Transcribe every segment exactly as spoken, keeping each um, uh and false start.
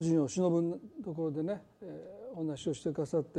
人を忍ぶところでね、えー、お話をしてくださって、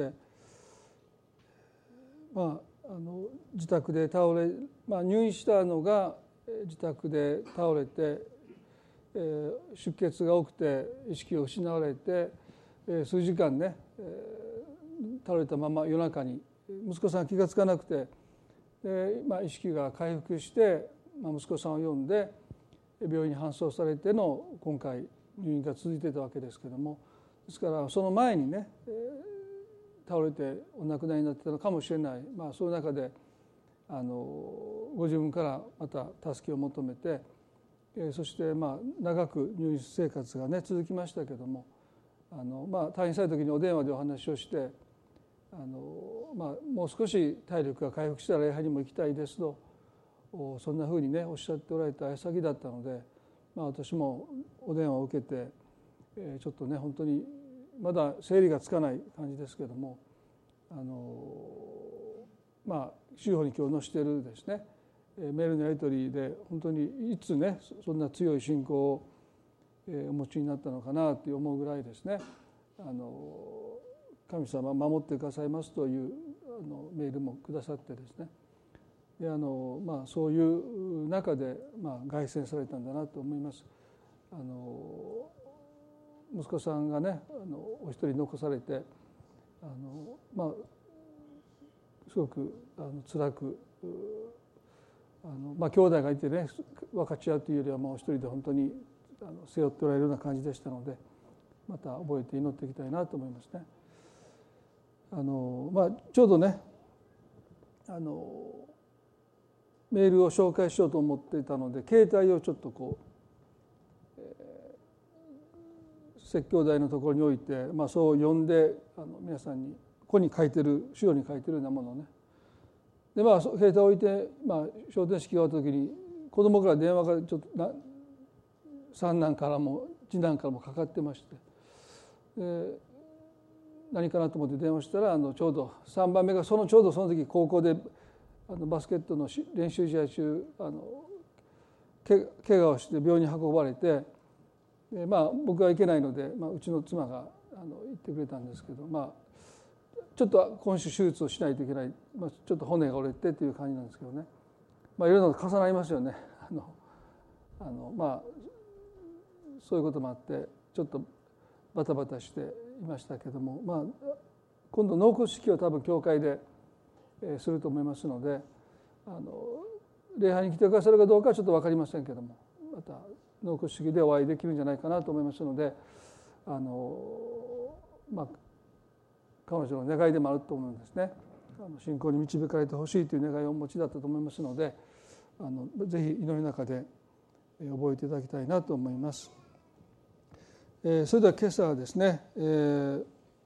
まあ、あの自宅で倒れ、まあ、入院したのが自宅で倒れて、えー、出血が多くて意識を失われて、えー、数時間ね、えー、倒れたまま夜中に息子さんは気がつかなくて、で、まあ、意識が回復して、まあ、息子さんを呼んで病院に搬送されての今回入院が続いていたわけですけれども、ですからその前にね、えー、倒れてお亡くなりになっていたのかもしれない、まあ、そういう中であのご自分からまた助けを求めて、えー、そしてまあ長く入院生活がね続きましたけれども、あの、まあ、退院された時にお電話でお話をして、あの、まあ、もう少し体力が回復したら礼拝にも行きたいですと、そんなふうにねおっしゃっておられた矢先だったので、まあ、私もお電話を受けて、えー、ちょっとね本当にまだ整理がつかない感じですけれども、あのまあ週報に今日載せているですねメールのやり取りで本当にいつねそんな強い信仰をお持ちになったのかなと思うぐらいですね、あの神様守ってくださいますというあのメールもくださってですね、であの、まあ、そういう中で、まあ、凱旋されたんだなと思います。あの息子さんがねあのお一人残されて、あの、まあ、すごくあの辛くあの、まあ、兄弟がいてね分かち合うというよりはもう一人で本当にあの背負っておられるような感じでしたので、また覚えて祈っていきたいなと思いますね。あの、まあ、ちょうどねあのメールを紹介しようと思っていたので携帯をちょっとこう、えー、説教台のところに置いて、まあ、そう読んであの皆さんにここに書いてる資料に書いてるようなものをね、でまあ携帯を置いて、まあ、昇天式が終わった時に子供から電話がちょっとな三男からも次男からもかかってまして、で何かなと思って電話したらあのちょうどさんばんめがそのちょうどその時高校であのバスケットの練習試合中あのけ怪我をして病院に運ばれて、で、まあ、僕は行けないので、まあ、うちの妻があの行ってくれたんですけど、まあ、ちょっと今週手術をしないといけない、まあ、ちょっと骨が折れてという感じなんですけどね、まあ、いろんなの重なりますよね。あのあの、まあ、そういうこともあってちょっとバタバタしていましたけども、まあ、今度納骨式を多分教会ですると思いますので、あの礼拝に来てくださるかどうかはちょっと分かりませんけども、また納骨式でお会いできるんじゃないかなと思いますので、あの、まあ、彼女の願いでもあると思うんですね。あの信仰に導かれてほしいという願いをお持ちだったと思いますので、あのぜひ祈りの中で覚えていただきたいなと思います。えー、それでは今朝はですね、えー、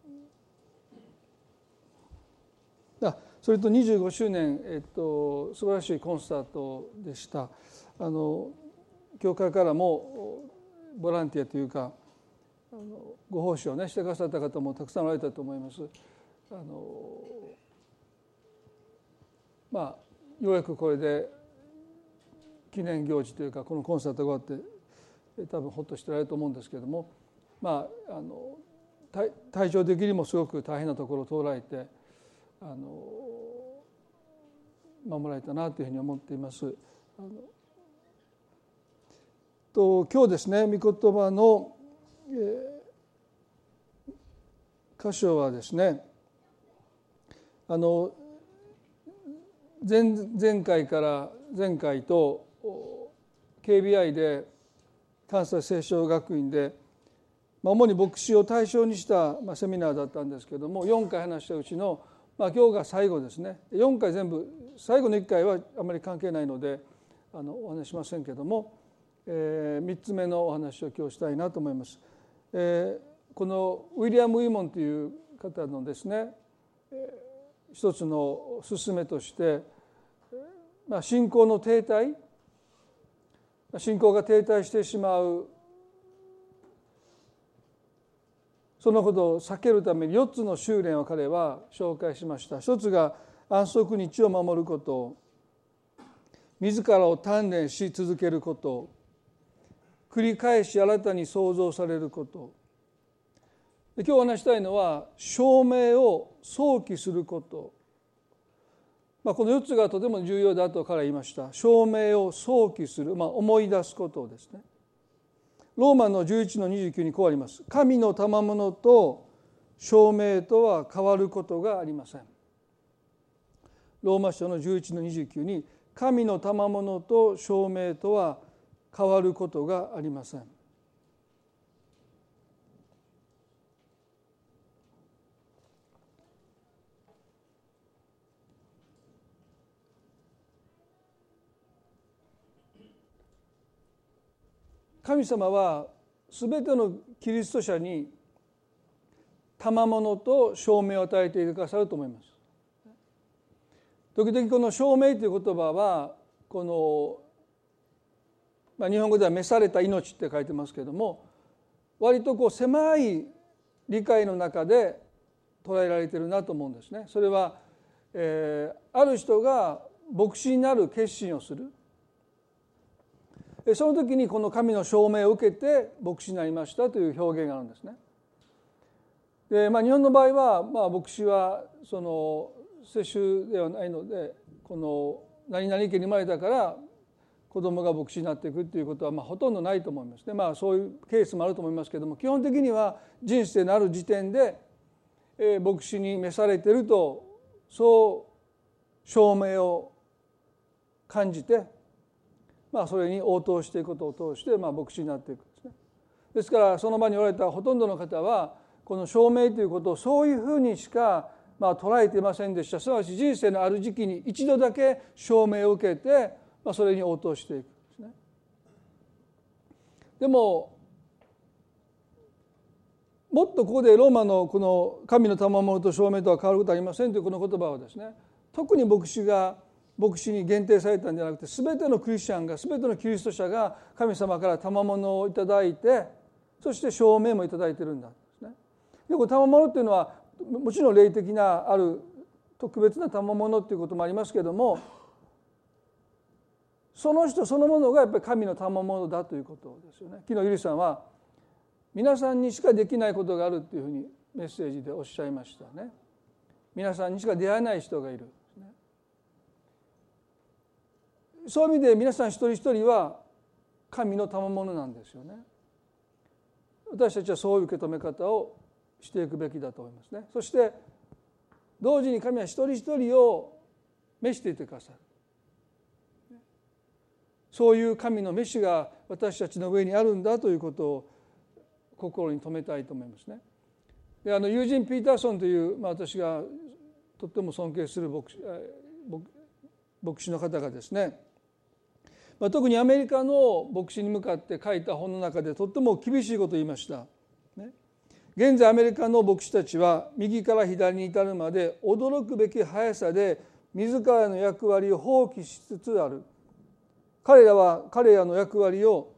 あそれとにじゅうごしゅうねん、えっと、素晴らしいコンサートでした。あの教会からもボランティアというかあのご奉仕をねしてくださった方もたくさんおられたと思います。あのまあようやくこれで記念行事というかこのコンサートが終わって多分ほっとしておられると思うんですけれども、まああの体調的にもすごく大変なところを通られてあの守られたなというふうに思っています。あのと今日ですね御言葉の、えー、箇所はですねあの 前, 前回から前回と ケービーアイ で関西聖書学院で主に牧師を対象にしたセミナーだったんですけども、よんかい話したうちの、まあ、今日が最後ですね。よんかい全部最後のいっかいはあまり関係ないのであのお話しませんけども、えー、みっつめのお話を今日したいなと思います。えー、このウィリアム・ウィモンという方のですね、えー、一つの勧めとして、まあ、信仰の停滞信仰が停滞してしまうそのことを避けるためによっつの修練を彼は紹介しました。一つが安息日を守ること、自らを鍛錬し続けること、繰り返し新たに創造されること、 今日お話したいのは証明を想起すること、まあ、このよっつがとても重要だと彼は言いました。証明を想起する、まあ、思い出すことですね。ローマのじゅういちのにじゅうきゅうにこうあります。神の賜物と証明とは変わることがありません。ローマ書のじゅういちのにじゅうきゅうに神の賜物と証明とは変わることがありません。神様はすべてのキリスト者に賜物と証明を与えてくださると思います。時々この証明という言葉はこの、まあ、日本語では召された命って書いてますけれども、割とこう狭い理解の中で捉えられているなと思うんですね。それは、えー、ある人が牧師になる決心をする。その時にこの神の証明を受けて牧師になりましたという表現があるんですね。で、まあ、日本の場合は、まあ、牧師はその世襲ではないので、この何々家に生まれたから子供が牧師になっていくということはまあほとんどないと思いますね。まあそういうケースもあると思いますけれども、基本的には人生のある時点で、えー、牧師に召されているとそう証明を感じて、まあ、それに応答していくことを通して、まあ、牧師になっていくんですね。ですからその場におられたほとんどの方はこの証明ということをそういうふうにしか、まあ、捉えていませんでした。すなわち人生のある時期に一度だけ証明を受けて、まあ、それに応答していくんですね。でももっとここでローマのこの神の賜物と証明とは変わることはありませんというこの言葉はですね、特に牧師が牧師に限定されたんじゃなくて、全てのクリスチャンが、全てのキリスト者が神様から賜物をいただいて、そして証明もいただいているんだんですね。でこの賜物っていうのはもちろん霊的なある特別な賜物っていうこともありますけれども、その人そのものがやっぱり神の賜物だということですよね。昨日ゆりさんは皆さんにしかできないことがあるっていうふうにメッセージでおっしゃいましたね。皆さんにしか出会えない人がいる。そういう意味で皆さん一人一人は神の賜物なんですよね。私たちはそういう受け止め方をしていくべきだと思いますね。そして同時に神は一人一人を召していてくださる。そういう神の召しが私たちの上にあるんだということを心に留めたいと思いますね。であのユージン・ピーターソンという、まあ、私がとっても尊敬する牧師、牧師の方がですね、まあ、特にアメリカの牧師に向かって書いた本の中でとっても厳しいことを言いました、ね、現在アメリカの牧師たちは右から左に至るまで驚くべき速さで自らの役割を放棄しつつある。彼らは彼らの役割を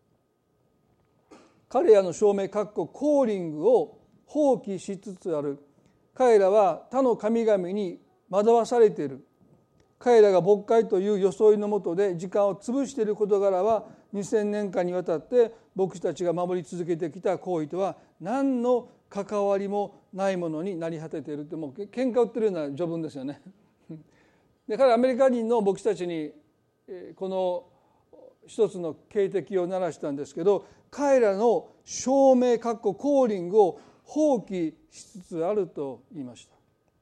彼らの証明コーリングを放棄しつつある。彼らは他の神々に惑わされている。彼らが牧会という装いのもとで時間を潰している事柄はにせんねんかんにわたって牧師たちが守り続けてきた行為とは何の関わりもないものになり果てているって、もう喧嘩売ってるような序文ですよね。で彼はアメリカ人の牧師たちにこの一つの警笛を鳴らしたんですけど、彼らの証明コーリングを放棄しつつあると言いました。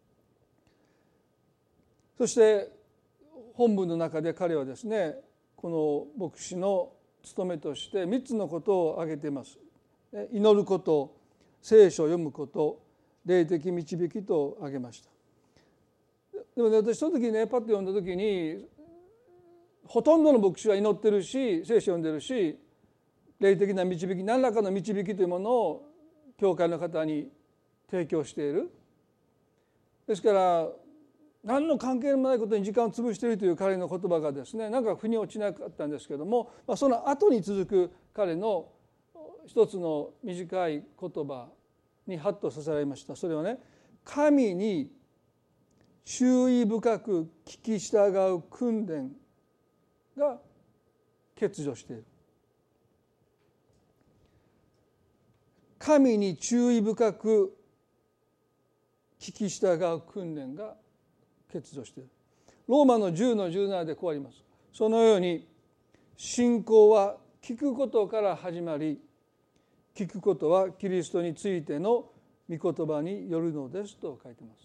そして本文の中で彼はですね、この牧師の務めとしてみっつのことを挙げています。祈ること、聖書を読むこと、霊的導きと挙げました。でもね、私その時ねパッと読んだ時に、ほとんどの牧師は祈ってるし、聖書を読んでるし、霊的な導き、何らかの導きというものを教会の方に提供している。ですから何の関係もないことに時間を潰しているという彼の言葉がですね、なんか腑に落ちなかったんですけども、まあ、その後に続く彼の一つの短い言葉にハッとさせられました。それはね、神に注意深く聞き従う訓練が欠如している。 神に注意深く聞き従う訓練が欠如している。ローマのじゅうのじゅうななでこうあります。そのように信仰は聞くことから始まり、聞くことはキリストについての御言葉によるのですと書いています。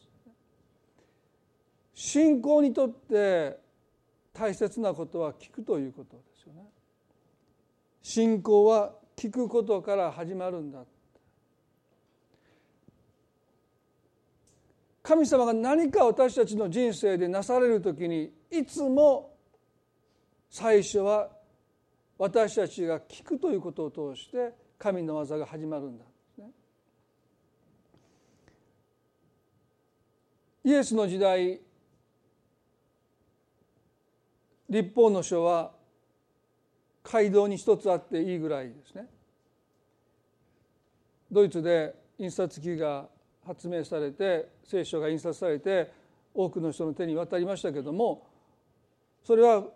信仰にとって大切なことは聞くということですよね。信仰は聞くことから始まるんだ。神様が何か私たちの人生でなされるときに、いつも最初は私たちが聞くということを通して神の技が始まるんだ。イエスの時代、律法の書は街道に一つあっていいぐらいですね。ドイツで印刷機が発明されて、聖書が印刷されて多くの人の手に渡りましたけども、それは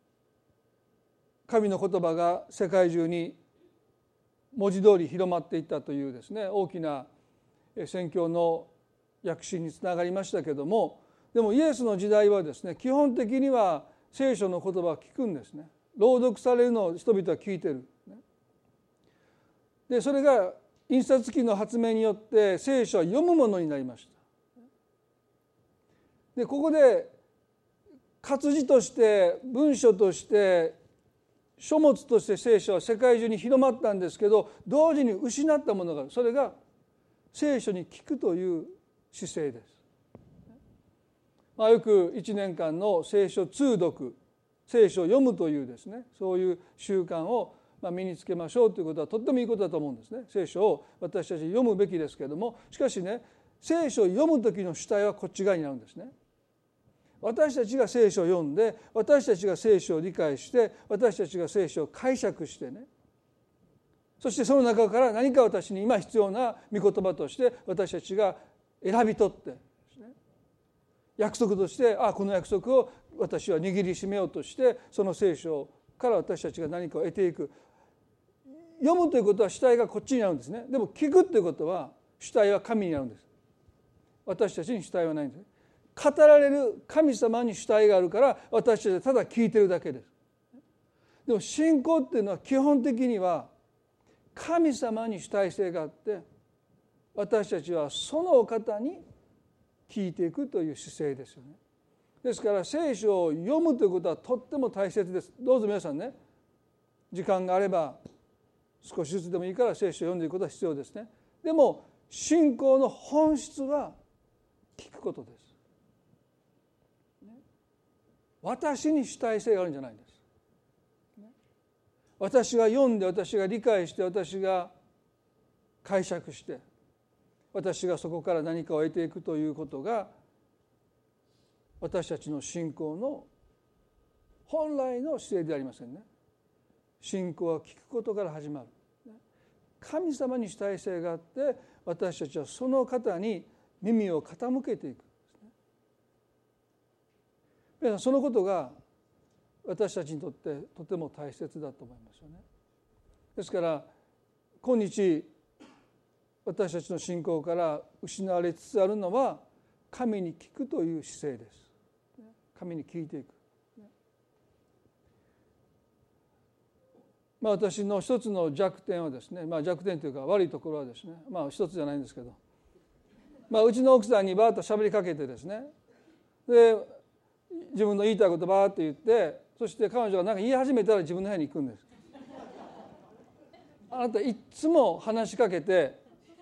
神の言葉が世界中に文字通り広まっていったというですね、大きな宣教の躍進につながりましたけども、でもイエスの時代はですね、基本的には聖書の言葉を聞くんですね。朗読されるのを人々は聞いてる。でそれが印刷機の発明によって聖書は読むものになりました。でここで活字として文書として書物として聖書は世界中に広まったんですけど、同時に失ったものがある。それが聖書に聞くという姿勢です。まあ、よくいちねんかんの聖書通読、聖書を読むというですね、そういう習慣を身につけましょうということはとってもいいことだと思うんですね。聖書を私たち読むべきですけれども、しかしね、聖書を読む時の主体はこっち側になるんですね。私たちが聖書を読んで、私たちが聖書を理解して、私たちが聖書を解釈してね、そしてその中から何か私に今必要な御言葉として私たちが選び取ってですね、約束として、あこの約束を私は握りしめようとして、その聖書から私たちが何かを得ていく。読むということは主体がこっちになるんですね。でも聞くということは主体は神になるんです。私たちに主体はないんです。語られる神様に主体があるから私たちはただ聞いてるだけです。でも信仰っていうのは基本的には神様に主体性があって、私たちはそのお方に聞いていくという姿勢ですよね。ですから聖書を読むということはとっても大切です。どうぞ皆さんね、時間があれば少しずつでもいいから聖書を読んでいくことは必要ですね。でも信仰の本質は聞くことです。私に主体性があるんじゃないんです。私が読んで、私が理解して、私が解釈して、私がそこから何かを得ていくということが私たちの信仰の本来の姿勢ではありませんね。信仰は聞くことから始まる。神様に主体性があって、私たちはその方に耳を傾けていく。そのことが私たちにとってとても大切だと思いますよね。ですから今日私たちの信仰から失われつつあるのは神に聞くという姿勢です。神に聞いていく。まあ私の一つの弱点はですね、まあ弱点というか悪いところはですね、まあ一つじゃないんですけど、まあうちの奥さんにバーッと喋りかけてですね、で自分の言いたいことバーッと言って、そして彼女が何か言い始めたら自分の部屋に行くんです。あなたいつも話しかけて、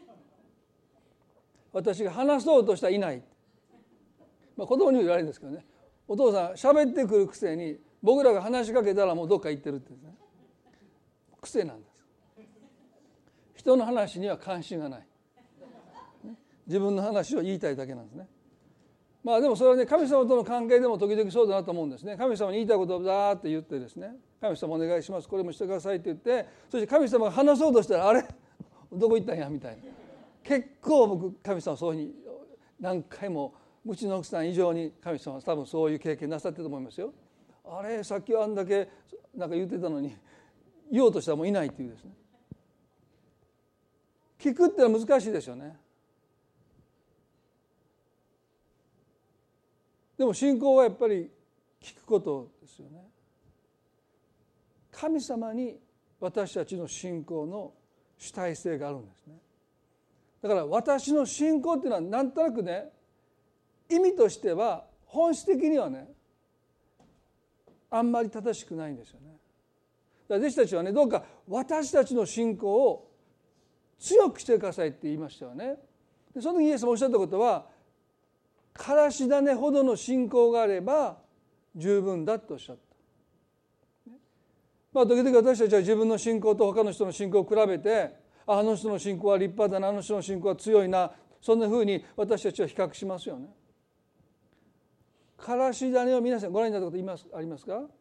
私が話そうとしたらいない、まあ、子供にも言われるんですけどね、お父さん喋ってくるくせに僕らが話しかけたらもうどっか行ってるってね、癖なんです。人の話には関心がない、自分の話を言いたいだけなんですね。まあでもそれはね、神様との関係でも時々そうだなと思うんですね。神様に言いたいことをザーッと言ってですね、神様お願いします、これもしてくださいって言って、そして神様が話そうとしたら、あれどこ行ったんやみたいな。結構僕神様そういうふうに何回も、うちの奥さん以上に神様は多分そういう経験なさってると思いますよ。あれさっきはあんだけなんか言ってたのに言おうとしたらもういないっていうですね。 聞くってのは難しいですよね。でも信仰はやっぱり聞くことですよね。神様に私たちの信仰の主体性があるんですね。だから私の信仰っていうのはなんとなくね、意味としては本質的にはね、あんまり正しくないんですよね。だから弟子たちはね、どうか私たちの信仰を強くしてくださいって言いましたよね。でその時イエスもおっしゃったことは、からし種ほどの信仰があれば十分だとおっしゃった。まあ時々私たちは自分の信仰と他の人の信仰を比べて、あの人の信仰は立派だな、あの人の信仰は強いな、そんなふうに私たちは比較しますよね。からし種を皆さんご覧になったことありますか？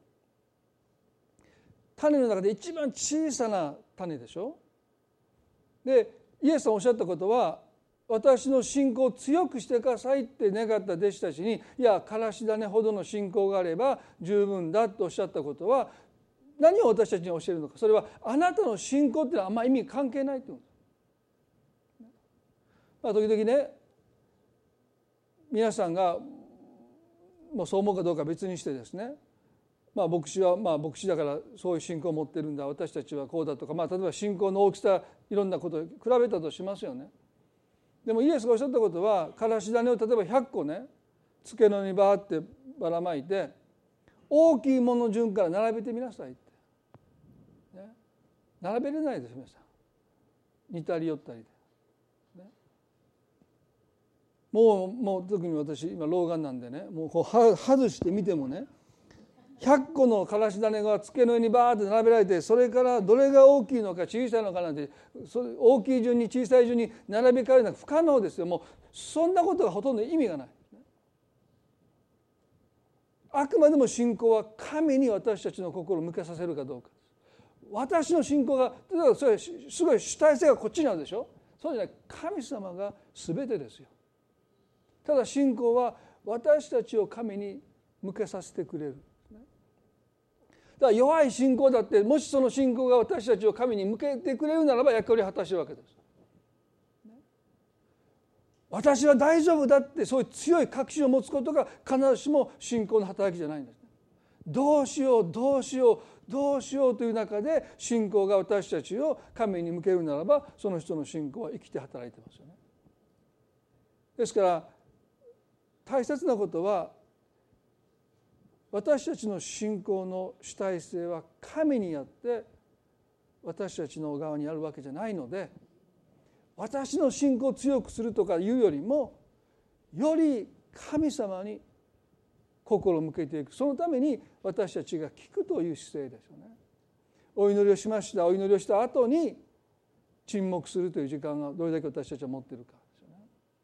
種の中で一番小さな種でしょ。でイエスさんおっしゃったことは、私の信仰を強くしてくださいって願った弟子たちに、いやからし種ほどの信仰があれば十分だとおっしゃったことは、何を私たちに教えるのか。それはあなたの信仰っていうのはあんまり意味関係ないということ。まあ、時々ね、皆さんがもうそう思うかどうか別にしてですね、まあ、牧師はまあ牧師だからそういう信仰を持ってるんだ、私たちはこうだとか、まあ、例えば信仰の大きさいろんなことを比べたとしますよね。でもイエスがおっしゃったことは、からし種を例えばひゃっこね、付け野にバーってばらまいて、大きいものの順から並べてみなさいって、ね、並べれないです皆さん。似たり寄ったりで、ね、もうもう特に私今老眼なんでね、もうこう外してみてもね、ひゃっこのからし種が付けの上にバーッと並べられて、それからどれが大きいのか小さいのかなんて、それ大きい順に小さい順に並べ替えるのは不可能ですよ。もうそんなことがほとんど意味がない。あくまでも信仰は神に私たちの心を向けさせるかどうか。私の信仰が例えばそれすごい主体性がこっちにあるでしょ。そうじゃない、神様が全てですよ。ただ信仰は私たちを神に向けさせてくれる。だから弱い信仰だって、もしその信仰が私たちを神に向けてくれるならば役割を果たしているわけです。私は大丈夫だってそういう強い確信を持つことが必ずしも信仰の働きじゃないんです。どうしようどうしようどうしようという中で信仰が私たちを神に向けるならば、その人の信仰は生きて働いてますよね。ですから大切なことは、私たちの信仰の主体性は神にあって私たちの側にあるわけじゃないので、私の信仰を強くするとかいうよりも、より神様に心を向けていく。そのために私たちが聞くという姿勢ですよね。お祈りをしました。お祈りをした後に沈黙するという時間がどれだけ私たちは持っているかですよね。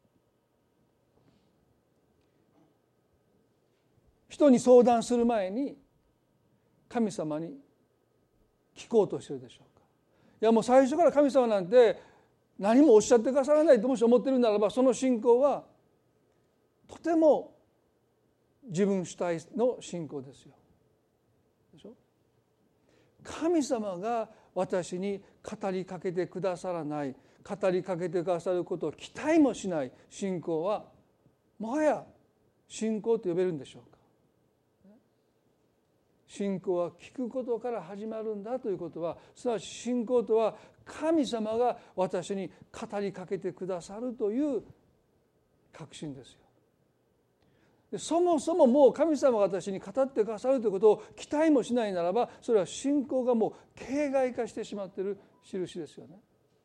人に相談する前に神様に聞こうとしているでしょうか。いやもう最初から神様なんて何もおっしゃってくださらないともし思っているならば、その信仰はとても自分主体の信仰ですよ。でしょ。神様が私に語りかけてくださらない、語りかけてくださることを期待もしない信仰は、もはや信仰と呼べるんでしょうか。信仰は聞くことから始まるんだということは、すなわち信仰とは神様が私に語りかけてくださるという確信ですよ。でそもそももう神様が私に語ってくださるということを期待もしないならば、それは信仰がもう形骸化してしまっている印ですよね。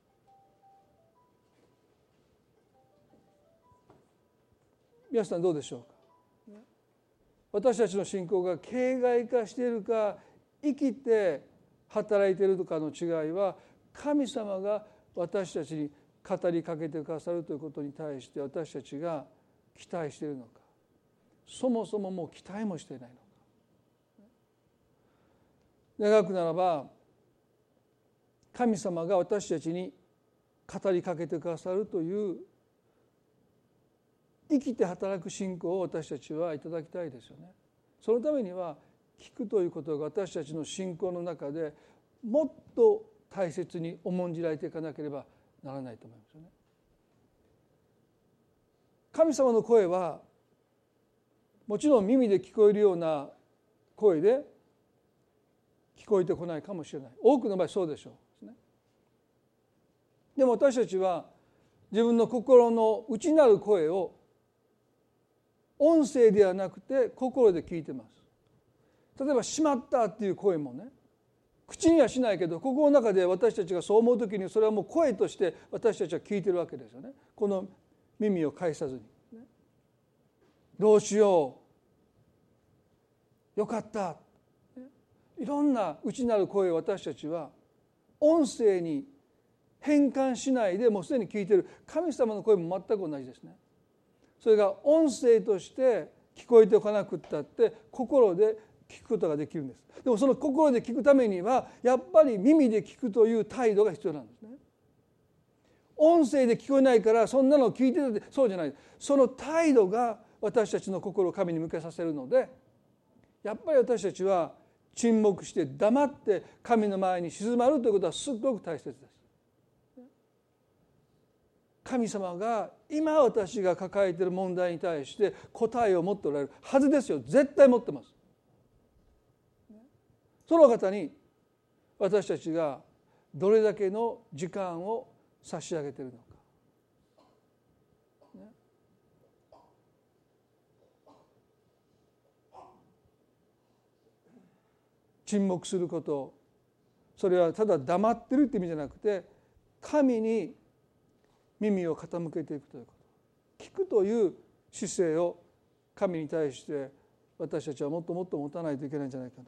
皆さんどうでしょうか。私たちの信仰が形骸化しているか、生きて働いているかの違いは、神様が私たちに語りかけてくださるということに対して私たちが期待しているのか、そもそももう期待もしていないのか。長くならば、神様が私たちに語りかけてくださるという生きて働く信仰を私たちはいただきたいですよね。そのためには聞くということが私たちの信仰の中でもっと大切に重んじられていかなければならないと思いますよね。神様の声はもちろん耳で聞こえるような声で聞こえてこないかもしれない。多くの場合そうでしょう。でも私たちは自分の心の内なる声を音声ではなくて心で聞いてます。例えばしまったっていう声もね、口にはしないけど心の中で私たちがそう思うときにそれはもう声として私たちは聞いてるわけですよね。この耳を返さずに、ね、どうしよう、よかった、いろんな内なる声を私たちは音声に変換しないでもうすでに聞いている。神様の声も全く同じですね。それが音声として聞こえておかなくったって心で聞くことができるんです。でもその心で聞くためにはやっぱり耳で聞くという態度が必要なんですね。音声で聞こえないからそんなのを聞いてるってそうじゃない。その態度が私たちの心を神に向けさせるので、やっぱり私たちは沈黙して黙って神の前に静まるということはすごく大切です。神様が今私が抱えている問題に対して答えを持っておられるはずですよ。絶対持ってます。その方に私たちがどれだけの時間を差し上げているのか、ね、沈黙すること、それはただ黙ってるって意味じゃなくて神に耳を傾けていくということ、聞くという姿勢を神に対して私たちはもっともっと持たないといけないんじゃないかな。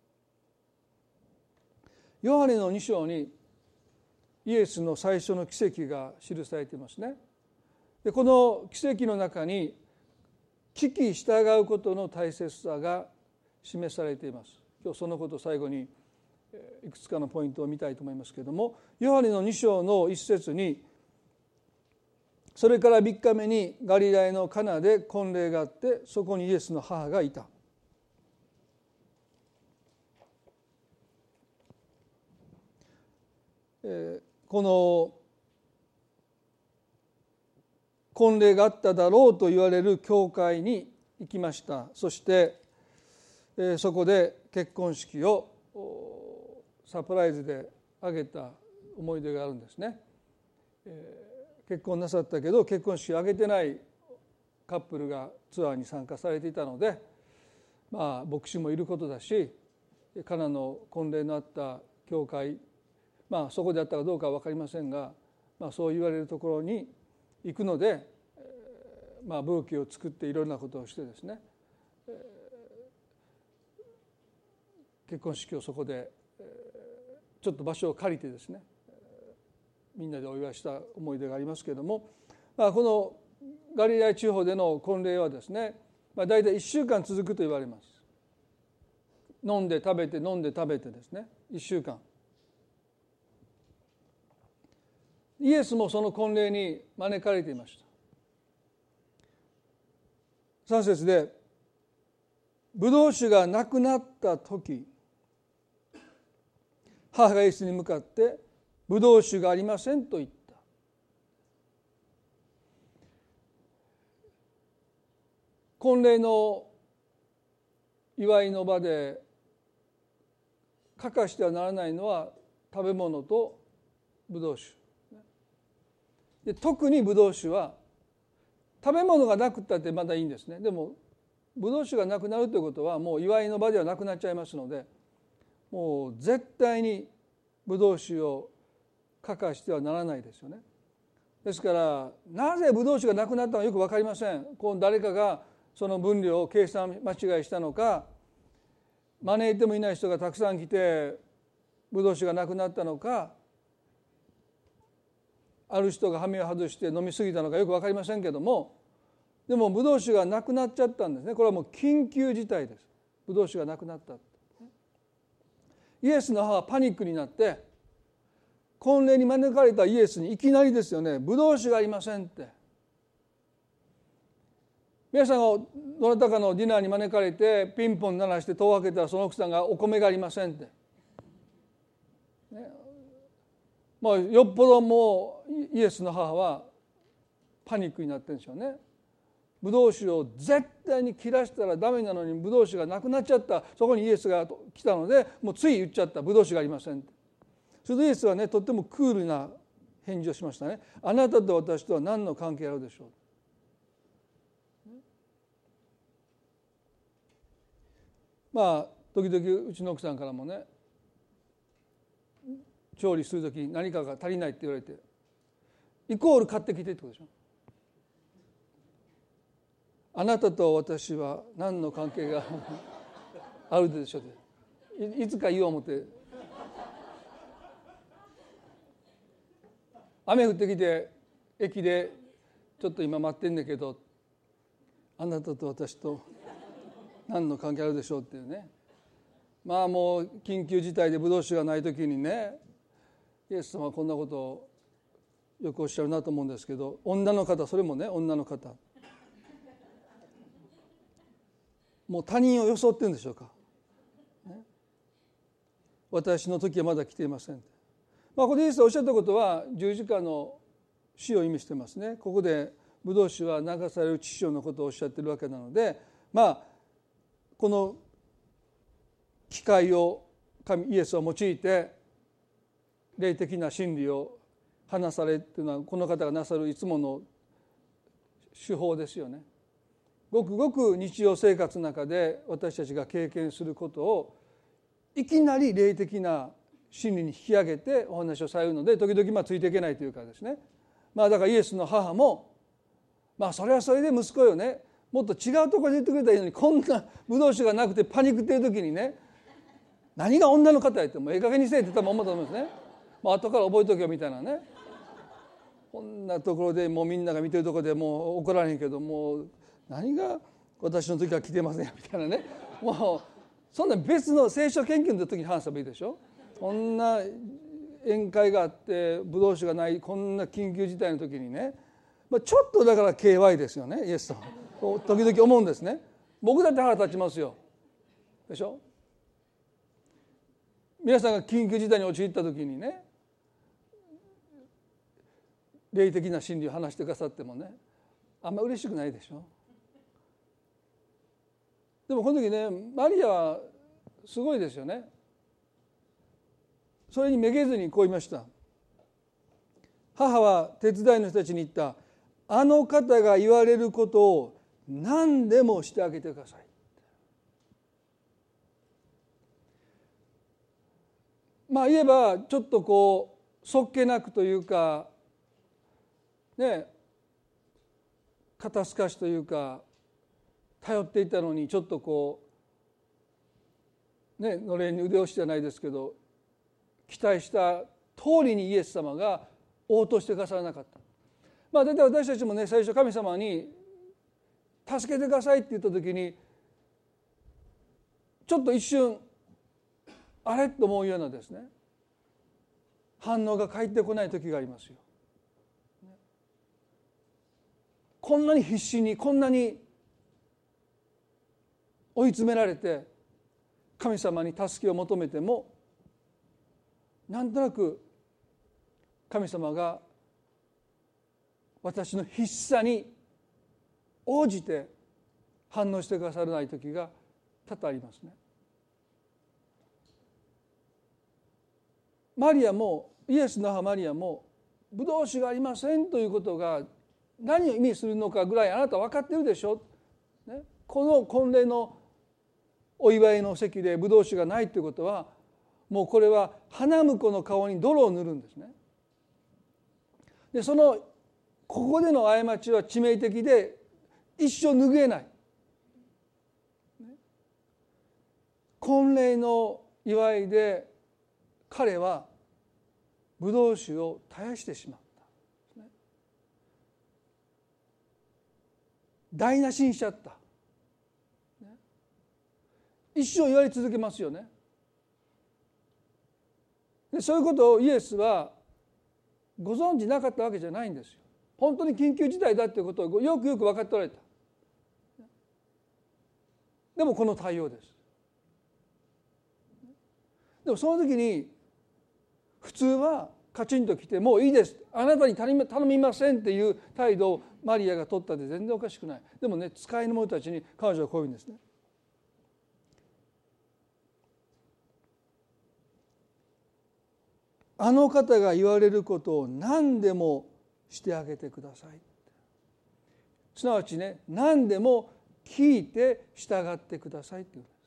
ヨハネのに章にイエスの最初の奇跡が記されていますね。でこの奇跡の中に聞き従うことの大切さが示されています。今日そのことを最後にいくつかのポイントを見たいと思いますけれども、ヨハネのに章の一節に、それからみっかめにガリラヤのカナで婚礼があって、そこにイエスの母がいた。えー、この婚礼があっただろうと言われる教会に行きました。そして、えー、そこで結婚式をサプライズで挙げた思い出があるんですね。えー結婚なさったけど結婚式を挙げてないカップルがツアーに参加されていたので、まあ牧師もいることだし、カナの婚礼のあった教会、まあそこであったかどうかは分かりませんが、まあ、そう言われるところに行くので、まあブーケを作っていろんなことをしてですね、結婚式をそこでちょっと場所を借りてですね、みんなでお祝いした思い出がありますけれども、まあ、このガリラヤ地方での婚礼はですね、まあ、大体いっしゅうかん続くと言われます。飲んで食べて飲んで食べてですね、いっしゅうかん。イエスもその婚礼に招かれていました。さん節で、ブドウ酒がなくなった時、母がイエスに向かってブドウ酒がありませんと言った。婚礼の祝いの場で欠かしてはならないのは食べ物とブドウ酒で、特にブドウ酒は食べ物がなくったってまだいいんですね。でもブドウ酒がなくなるということはもう祝いの場ではなくなっちゃいますので、もう絶対にブドウ酒を欠かしてはならないですよね。ですからなぜブドウ酒がなくなったのかよく分かりません。こう誰かがその分量を計算間違いしたのか、招いてもいない人がたくさん来てブドウ酒がなくなったのか、ある人が羽目を外して飲み過ぎたのかよく分かりませんけども、でもブドウ酒がなくなっちゃったんですね。これはもう緊急事態です。ブドウ酒がなくなった。イエスの母はパニックになって婚礼に招かれたイエスにいきなりですよね、ブドウ酒がありませんって。皆さんがどなたかのディナーに招かれてピンポン鳴らして戸を開けたらその奥さんがお米がありませんって、ね、 まあ、よっぽどもうイエスの母はパニックになってるんでしょうね。ブドウ酒を絶対に切らしたらダメなのにブドウ酒がなくなっちゃった。そこにイエスが来たのでもうつい言っちゃった。ブドウ酒がありません。それでイエスはねとってもクールな返事をしましたね。あなたと私とは何の関係があるでしょう。まあ時々うちの奥さんからもね調理するときに何かが足りないって言われてイコール買ってきてってことでしょ。あなたと私は何の関係があるでしょうって い, いつか言おう思って雨降ってきて駅でちょっと今待ってんだけどあなたと私と何の関係あるでしょうっていうね。まあもう緊急事態でブドウ酒がない時にねイエス様はこんなことをよくおっしゃるなと思うんですけど、女の方、それもね女の方もう他人を装ってるんでしょうか、ね、私の時はまだ来ていません。まあここでイエスがおっしゃったことは十字架の死を意味してますね。ここでブドウ酒は流される父親のことをおっしゃってるわけなので、まあこの機会を神イエスは用いて霊的な真理を話されというのはこの方がなさるいつもの手法ですよね。ごくごく日常生活の中で私たちが経験することをいきなり霊的な真理に引き上げてお話をされるので時々まあついていけないというかですね。まあだからイエスの母もまあそれはそれで息子よねもっと違うところで言ってくれたらいいのにこんなブドウ酒がなくてパニックってる時にね何が女の方やってもええ加減にせえって多分思ったと思うんですね。まあ後から覚えとけよみたいなね。こんなところでもうみんなが見てるところでもう怒られへんけどもう何が私の時は来てませんよみたいなね。もうそんな別の聖書研究の時に話せばいいでしょ。こんな宴会があってブドウ酒がないこんな緊急事態の時にね、まあ、ちょっとだから ケーワイ ですよねイエスさん時々思うんですね。僕だって腹立ちますよでしょ。皆さんが緊急事態に陥った時にね霊的な真理を話してくださってもねあんま嬉しくないでしょ。でもこの時ねマリアはすごいですよね。それにめげずにこう言いました。母は手伝いの人たちに言った。あの方が言われることを何でもしてあげてください。まあ言えばちょっとこうそっけなくというかね肩透かしというか頼っていたのにちょっとこうねのれんに腕押しじゃないですけど期待した通りにイエス様が応答してくださらなかった。まあ大体私たちもね最初神様に助けてくださいって言った時にちょっと一瞬あれと思うようなですね反応が返ってこない時がありますよ。こんなに必死にこんなに追い詰められて神様に助けを求めてもなんとなく神様が私の必死さに応じて反応してくださらない時が多々ありますね。マリアもイエスの母マリアもブドウ酒がありませんということが何を意味するのかぐらいあなた分かってるでしょ、ね、この婚礼のお祝いの席でブドウ酒がないということはもうこれは花婿の顔に泥を塗るんですね。でそのここでの過ちは致命的で一生拭えない。婚礼の祝いで彼はブドウ酒を絶やしてしまった。台無しにしちゃった。一生言われ続けますよね。でそういうことをイエスはご存じなかったわけじゃないんですよ。本当に緊急事態だということをよくよく分かっておられた。でもこの対応です。でもその時に普通はカチンときて、もういいです、あなたに頼みませんっていう態度をマリアが取ったって全然おかしくない。でもね、使いの者たちに彼女はこういうんですね。あの方が言われることを何でもしてあげてください。すなわちね、何でも聞いて従ってくださいっていうんです。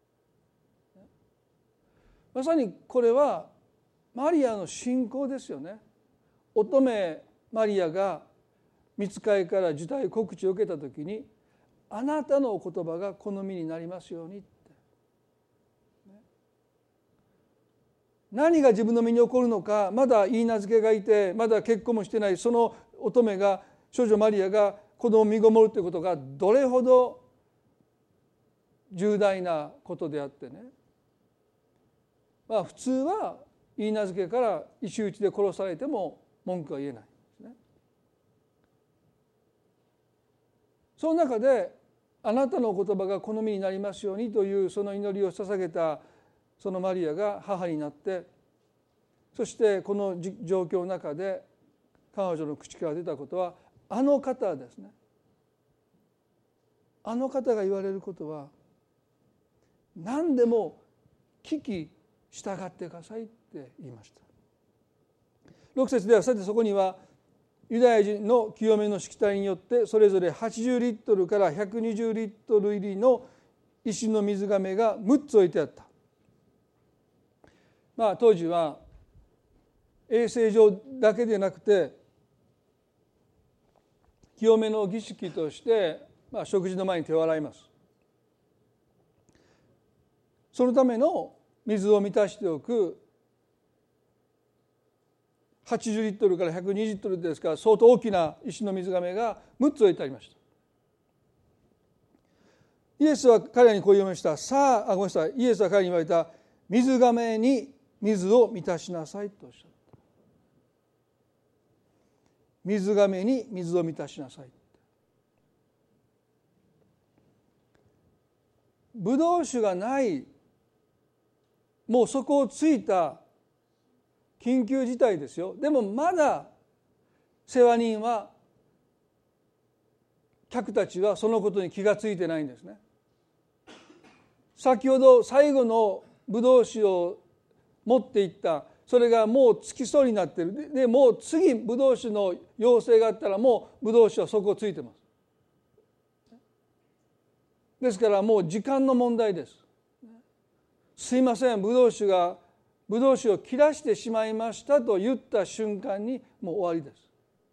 まさにこれはマリアの信仰ですよね。乙女マリアが御使いから受胎告知を受けたときに、あなたのお言葉が好みになりますようにって、何が自分の身に起こるのか、まだ言い名付けがいて、まだ結婚もしてないその乙女が、少女マリアが子供を身ごもるということがどれほど重大なことであってね、まあ普通は言い名付けから石打ちで殺されても文句は言えないですね。その中であなたのお言葉が好みになりますようにというその祈りを捧げたそのマリアが母になって、そしてこの状況の中で彼女の口から出たことは、あの方ですね、あの方が言われることは何でも聞き従ってくださいって言いました。ろく節では、さてそこにはユダヤ人の清めのしきたりによってそれぞれはちじゅうリットルからひゃくにじゅうリットル入りの石の水がめがむっつ置いてあった。まあ当時は衛生上だけでなくて、清めの儀式として、まあ、食事の前に手を洗います。そのための水を満たしておくはちじゅうリットルからひゃくにじゅうリットルですから、相当大きな石の水がめがむっつ置いてありました。イエスは彼らにこう言いました。さあ、あごめんなさい、イエスは彼に言われた。水がめに水を満たしなさいとおっしゃった。水がめに水を満たしなさい。ブドウ酒がない、もう底をついた緊急事態ですよ。でもまだ世話人は、客たちはそのことに気がついてないんですね。先ほど最後のブドウ酒を持っていった、それがもうつきそうになっている。でもう次ブドウ酒の要請があったら、もうブドウ酒は底をついてます。ですからもう時間の問題です。すいません、ブドウ酒がブドウ酒を切らしてしまいましたと言った瞬間にもう終わりです。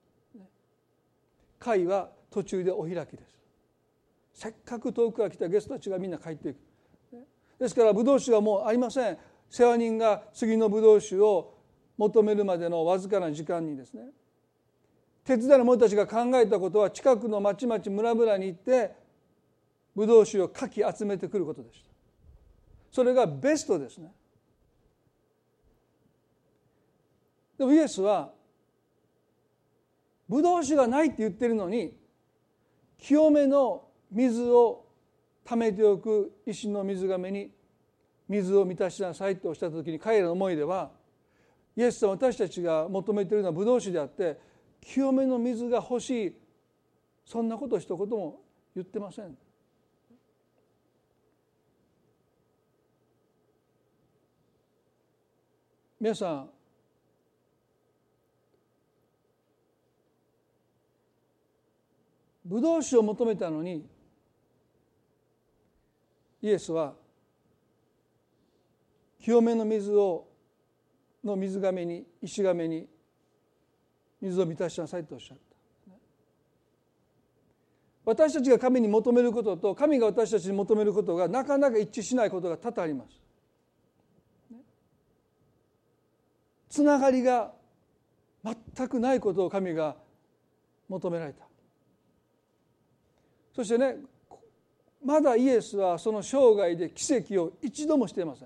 会は途中でお開きです。せっかく遠くから来たゲストたちがみんな帰っていく。ですからブドウ酒がもうありません。世話人が次のブドウ酒を求めるまでのわずかな時間にですね、手伝いの者たちが考えたことは、近くの町々村々に行ってブドウ酒をかき集めてくることでした。それがベストですね。でもイエスはブドウ酒がないって言ってるのに、清めの水を溜めておく石の水がめに水を満たしなさいとおっしゃった時に、彼らの思いでは、イエスさんは私たちが求めているのはブドウ酒であって、清めの水が欲しい、そんなこと一言も言ってません。皆さん、ブドウ酒を求めたのに、イエスは清めの水をの水がめに、石がめに水を満たしなさいとおっしゃった。私たちが神に求めることと神が私たちに求めることがなかなか一致しないことが多々あります。つながりが全くないことを神が求められた。そしてね、まだイエスはその生涯で奇跡を一度もしていません。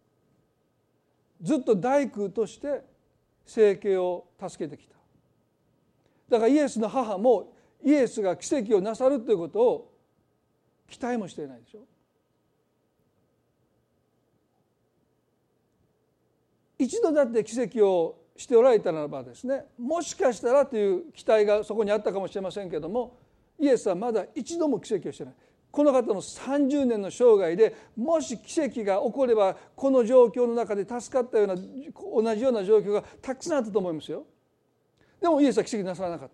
ずっと大工として生計を助けてきた。だからイエスの母もイエスが奇跡をなさるということを期待もしていないでしょ。一度だって奇跡をしておられたならばですね、もしかしたらという期待がそこにあったかもしれませんけども、イエスはまだ一度も奇跡をしてない。この方のさんじゅうねんの生涯でもし奇跡が起これば、この状況の中で助かったような同じような状況がたくさんあったと思いますよ。でもイエスは奇跡なさらなかった。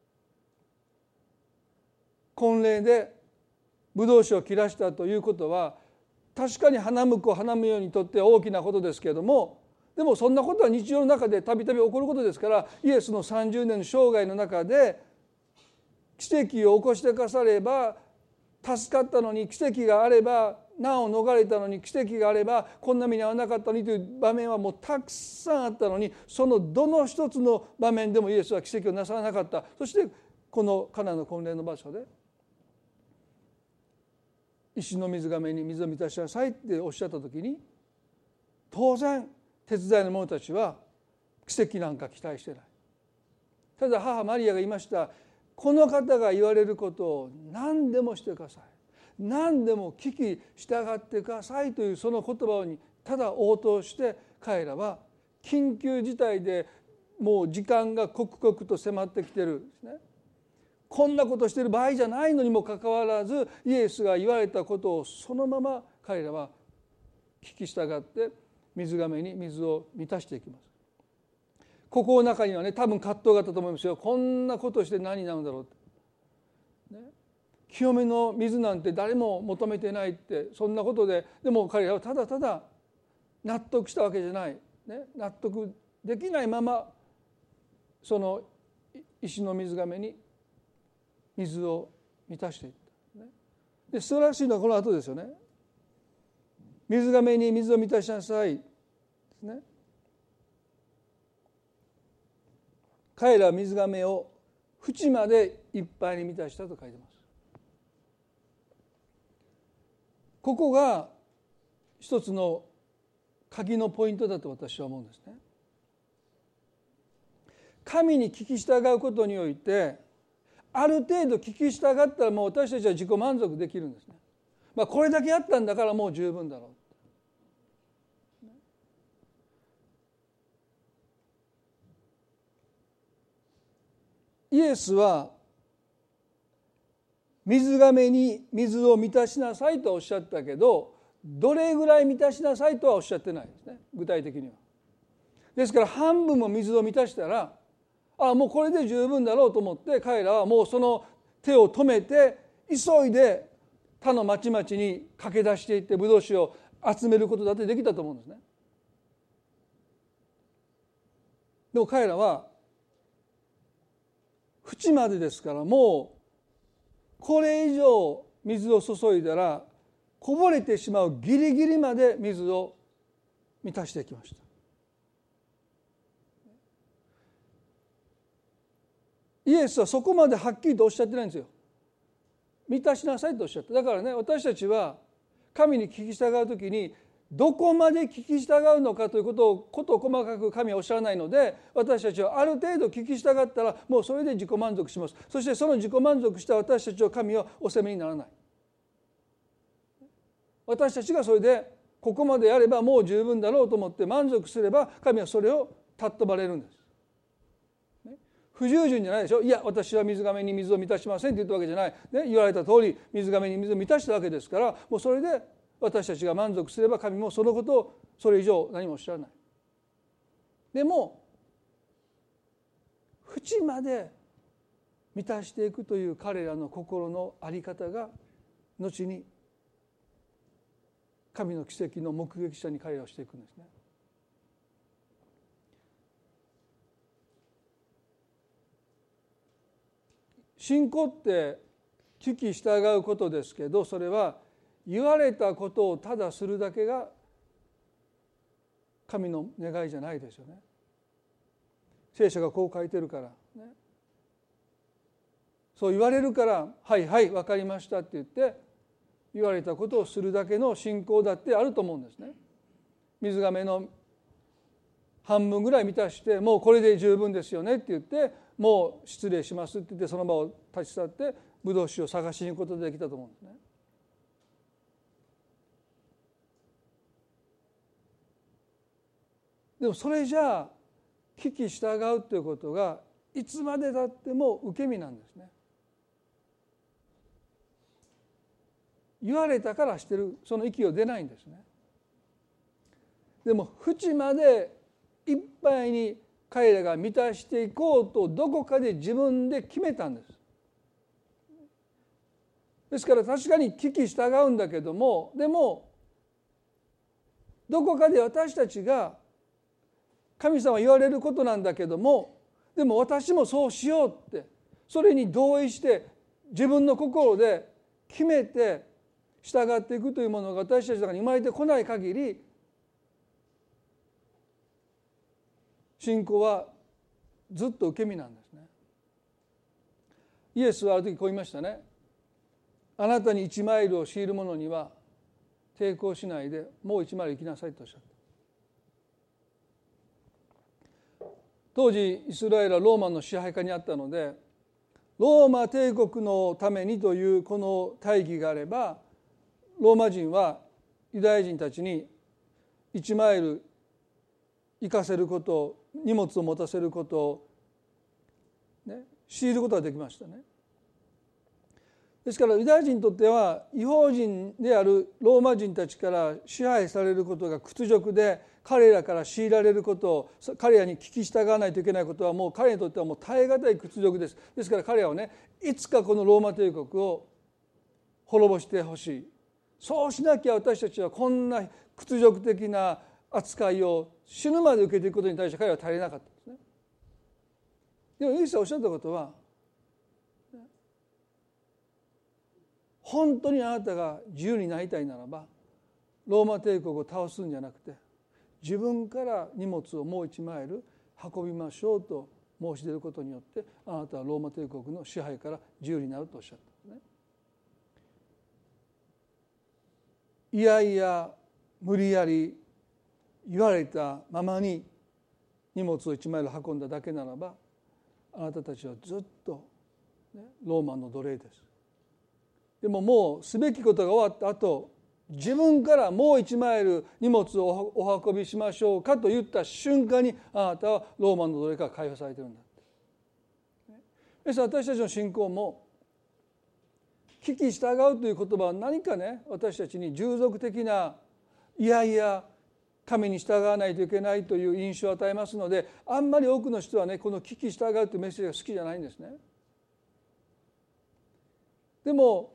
婚礼でブドウ酒を切らしたということは、確かに花婿花婿にとって大きなことですけれども、でもそんなことは日常の中でたびたび起こることですから、イエスのさんじゅうねんの生涯の中で奇跡を起こしてくだされば助かったのに、奇跡があれば難を逃れたのに、奇跡があればこんな目に遭わなかったのにという場面はもうたくさんあったのに、そのどの一つの場面でもイエスは奇跡をなさらなかった。そしてこのカナの婚礼の場所で石の水がめに水を満たしなさいっておっしゃった時に、当然手伝いの者たちは奇跡なんか期待してない。ただ母マリアが言いました。この方が言われることを何でもしてください、何でも聞き従ってくださいというその言葉にただ応答して、彼らは緊急事態でもう時間が刻々と迫ってきてるんですね。こんなことしてる場合じゃないのにもかかわらず、イエスが言われたことをそのまま彼らは聞き従って水がめに水を満たしていきます。ここの中にはね、多分葛藤があったと思いますよ。こんなことして何になるんだろうって、ね、清めの水なんて誰も求めてないって、そんなことで、でも彼らはただただ納得したわけじゃない、ね、納得できないままその石の水がめに水を満たしていった、ね、で素晴らしいのはこの後ですよね。水がめに水を満たしなさいですね。彼らは水がめを縁までいっぱいに満たしたと書いてます。ここが一つの鍵のポイントだと私は思うんですね。神に聞き従うことにおいて、ある程度聞き従ったらもう私たちは自己満足できるんですね。まあ、これだけやったんだからもう十分だろう。イエスは水がめに水を満たしなさいとおっしゃったけど、どれぐらい満たしなさいとはおっしゃってないですね、具体的には。ですから半分も水を満たしたら、あもうこれで十分だろうと思って、彼らはもうその手を止めて急いで他の町々に駆け出していってブドウ酒を集めることだってできたと思うんですね。でも彼らは縁までですから、もうこれ以上水を注いだらこぼれてしまうギリギリまで水を満たしていきました。イエスはそこまではっきりとおっしゃってないんですよ。満たしなさいとおっしゃった。だからね、私たちは神に聞き従うときにどこまで聞き従うのかということをこと細かく神はおっしゃらないので、私たちはある程度聞き従ったらもうそれで自己満足します。そしてその自己満足した私たちを神はお責めにならない。私たちがそれでここまでやればもう十分だろうと思って満足すれば、神はそれを尊ばれるんです。不従順じゃないでしょ。いや私は水がめに水を満たしませんって言ったわけじゃない、ね、言われた通り水がめに水を満たしたわけですから、もうそれで私たちが満足すれば神もそのことをそれ以上何もおっしゃらない。でも縁まで満たしていくという彼らの心の在り方が後に神の奇跡の目撃者に彼らをしていくんですね。信仰って聞き従うことですけど、それは言われたことをただするだけが神の願いじゃないですよね。聖書がこう書いてるから、ね、そう言われるからはいはい分かりましたって言って言われたことをするだけの信仰だってあると思うんですね。水がめの半分ぐらい満たしてもうこれで十分ですよねって言ってもう失礼しますって言ってその場を立ち去ってブドウ酒を探しに行くことができたと思うんですね。でもそれじゃあ聞き従うということがいつまでたっても受け身なんですね。言われたからしてるその息を出ないんですね。でも淵までいっぱいに彼らが満たしていこうとどこかで自分で決めたんです。ですから確かに聞き従うんだけども、でもどこかで私たちが神様言われることなんだけども、でも私もそうしようってそれに同意して自分の心で決めて従っていくというものが私たちの中に生まれてこない限り、信仰はずっと受け身なんですね。イエスはある時こう言いましたね。あなたに一マイルを強いる者には抵抗しないでもう一マイル行きなさいとおっしゃった。当時イスラエルはローマの支配下にあったので、ローマ帝国のためにというこの大義があれば、ローマ人はユダヤ人たちにいちマイル行かせること、荷物を持たせることを、ね、強いることができましたね。ですからユダヤ人にとっては異邦人であるローマ人たちから支配されることが屈辱で、彼らから強いられることを、彼らに聞き従わないといけないことはもう彼にとってはもう耐え難い屈辱です。ですから彼らはね、いつかこのローマ帝国を滅ぼしてほしい。そうしなきゃ私たちはこんな屈辱的な扱いを死ぬまで受けていくことに対して彼らは足りなかったんですね。でもイエスがおっしゃったことは、本当にあなたが自由になりたいならばローマ帝国を倒すんじゃなくて、自分から荷物をもう一マイル運びましょうと申し出ることによって、あなたはローマ帝国の支配から自由になるとおっしゃったんですね。いやいや無理やり言われたままに荷物を一マイル運んだだけならば、あなたたちはずっと、ね、ローマの奴隷です。でももうすべきことが終わった後、自分からもう一マイル荷物をお運びしましょうかと言った瞬間に、あなたはローマの奴隷から解放されているんだって。ですから私たちの信仰も聞き従うという言葉は何かね、私たちに従属的ないやいや神に従わないといけないという印象を与えますので、あんまり多くの人はね、この聞き従うというメッセージが好きじゃないんですね。でも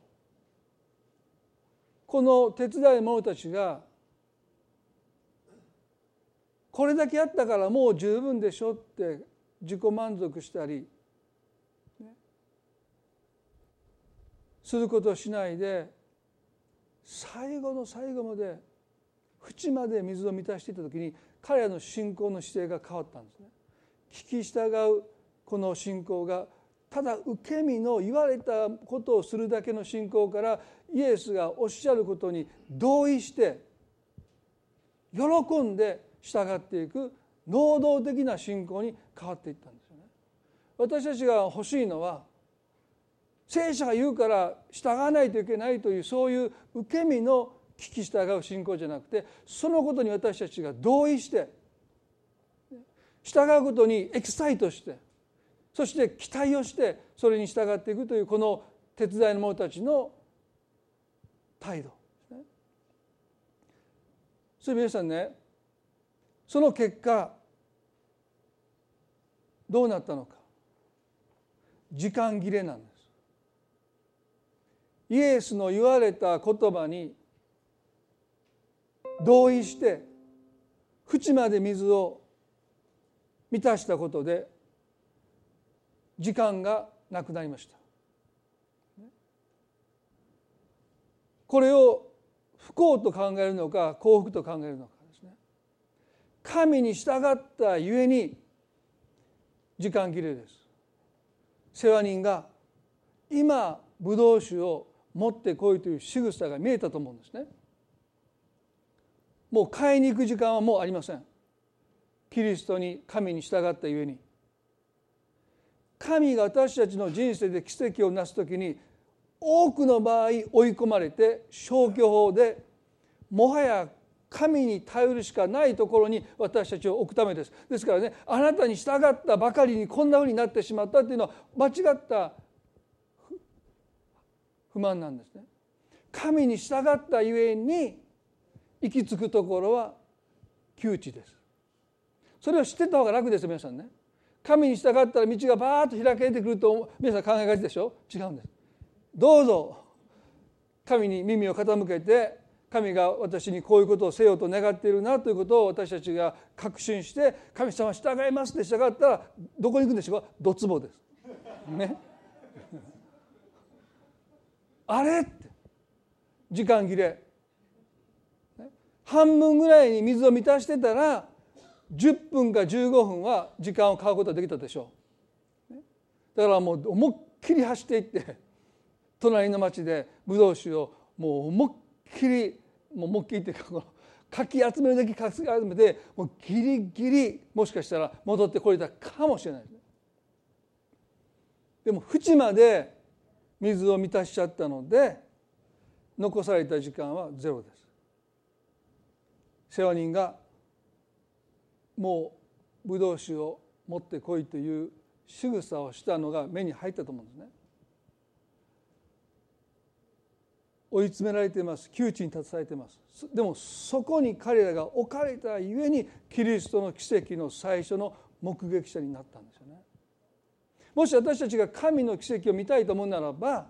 この手伝いの者たちがこれだけやったからもう十分でしょって自己満足したり、ね、することをしないで、最後の最後まで淵まで水を満たしていた時に彼らの信仰の姿勢が変わったんですね。聞き従うこの信仰がただ受け身の言われたことをするだけの信仰から、イエスがおっしゃることに同意して喜んで従っていく能動的な信仰に変わっていったんですよね。私たちが欲しいのは、聖書が言うから従わないといけないというそういう受け身の聞き従う信仰じゃなくて、そのことに私たちが同意して従うことにエキサイトして、そして期待をしてそれに従っていくというこの手伝いの者たちの態度ですね。それ皆さんね、その結果どうなったのか。時間切れなんです。イエスの言われた言葉に同意して淵まで水を満たしたことで時間がなくなりました。これを不幸と考えるのか幸福と考えるのかですね。神に従ったゆえに時間切れです。世話人が今ブドウ酒を持ってこいという仕草が見えたと思うんですね。もう買いに行く時間はもうありません。キリストに神に従ったゆえに。神が私たちの人生で奇跡をなすときに多くの場合追い込まれて消去法でもはや神に頼るしかないところに私たちを置くためです。ですからね、あなたに従ったばかりにこんなふうになってしまったというのは間違った不満なんですね。神に従ったゆえに行き着くところは窮地です。それを知ってた方が楽ですよ、皆さんね。神に従ったら道がバーッと開けてくると皆さん考えがちでしょ。違うんです。どうぞ神に耳を傾けて、神が私にこういうことをせよと願っているなということを私たちが確信して、神様従いますって従ったらどこに行くんでしょうか。ドツボですね。あれって時間切れ、半分ぐらいに水を満たしてたらじゅっぷんかじゅうごふんは時間を買うことができたでしょう。だからもう思いっきり走っていって、隣の町でブドウ酒をもう思いっきりもう思いっきりっていうか、このかき集めるだけかき集めて、もうギリギリもしかしたら戻ってこれたかもしれない。でも縁まで水を満たしちゃったので残された時間はゼロです。世話人がもうブドウ酒を持ってこいという仕草をしたのが目に入ったと思うんですね。追い詰められています。窮地に立たされています。でもそこに彼らが置かれたゆえにキリストの奇跡の最初の目撃者になったんですよね。もし私たちが神の奇跡を見たいと思うならば、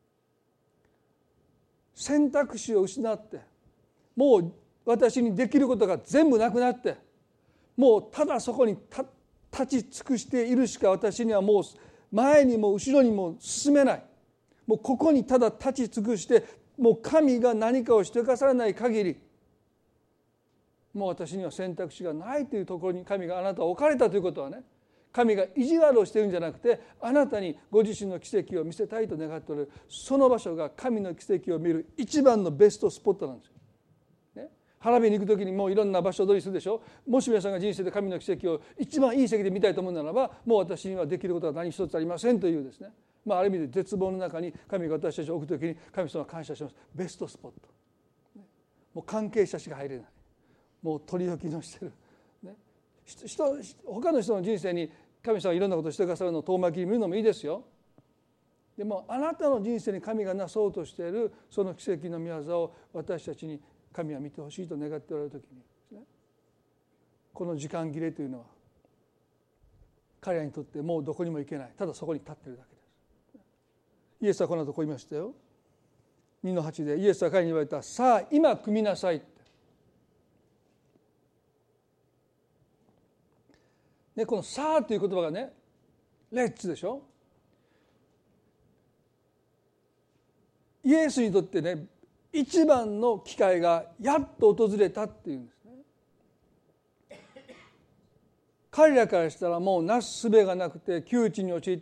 選択肢を失って、もう私にできることが全部なくなって、もうただそこに立ち尽くしているしか私にはもう前にも後ろにも進めない。もうここにただ立ち尽くして、もう神が何かをしてくださらない限り、もう私には選択肢がないというところに神があなたを置かれたということはね、神が意地悪をしているんじゃなくて、あなたにご自身の奇跡を見せたいと願っておられる。その場所が神の奇跡を見る一番のベストスポットなんですよ。ね、花火に行くときにもういろんな場所取りするでしょ。もし皆さんが人生で神の奇跡を一番いい席で見たいと思うならば、もう私にはできることは何一つありませんというですね、まあ、ある意味で絶望の中に神が私たちを置くときに、神様は感謝します。ベストスポット。もう関係者しか入れない。もう取り置きのしてる。ね、人他の人の人生に神様がいろんなことをしてくださるのを遠巻きに見るのもいいですよ。でもあなたの人生に神がなそうとしているその奇跡の御業を私たちに神は見てほしいと願っておられるときにですね、この時間切れというのは彼らにとってもうどこにも行けない。ただそこに立っているだけです。イエスはこの後こう言いましたよ。にのはちでイエスは彼に言われた。さあ今汲みなさいって。ね、このさあという言葉がね、レッツでしょ。イエスにとってね、一番の機会がやっと訪れたっていうんですね。彼らからしたらもうなすすべがなくて窮地に陥って、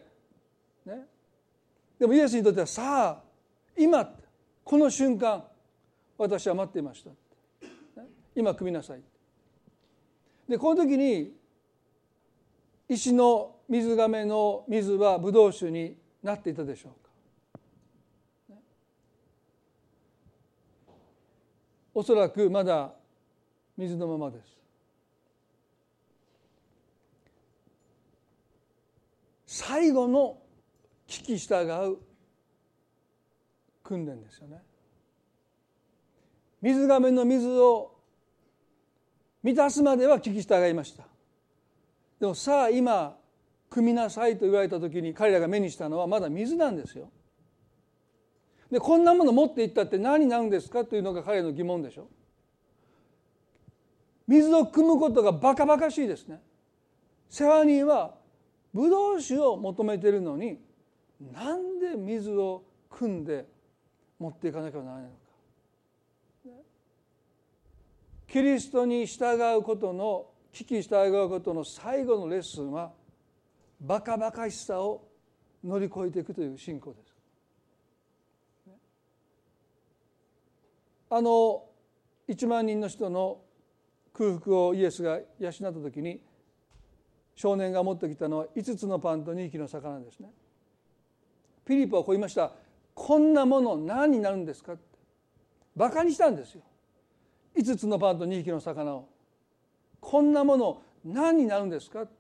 ね、でもイエスにとってはさあ今この瞬間私は待っていました、ね、今汲みなさい。でこの時に石の水がめの水はブドウ酒になっていたでしょうか。おそらくまだ水のままです。最後の聞き従う訓練ですよね。水がめの水を満たすまでは聞き従いました。でもさあ今汲みなさいと言われた時に彼らが目にしたのはまだ水なんですよ。でこんなもの持っていったって何になるんですかというのが彼の疑問でしょ。水を汲むことがバカバカしいですね。世話人はブドウ酒を求めているのに、なんで水を汲んで持っていかなきゃならないのか。キリストに従うことの聞き従うことの最後のレッスンはバカバカしさを乗り越えていくという信仰です。あのいちまんにんの人の空腹をイエスが養った時に少年が持ってきたのはいつつのパンとにひきの魚ですね。ピリポはこう言いました。こんなもの何になるんですかってバカにしたんですよ。 いつつのパンとにひきの魚を、こんなもの何になるんですか。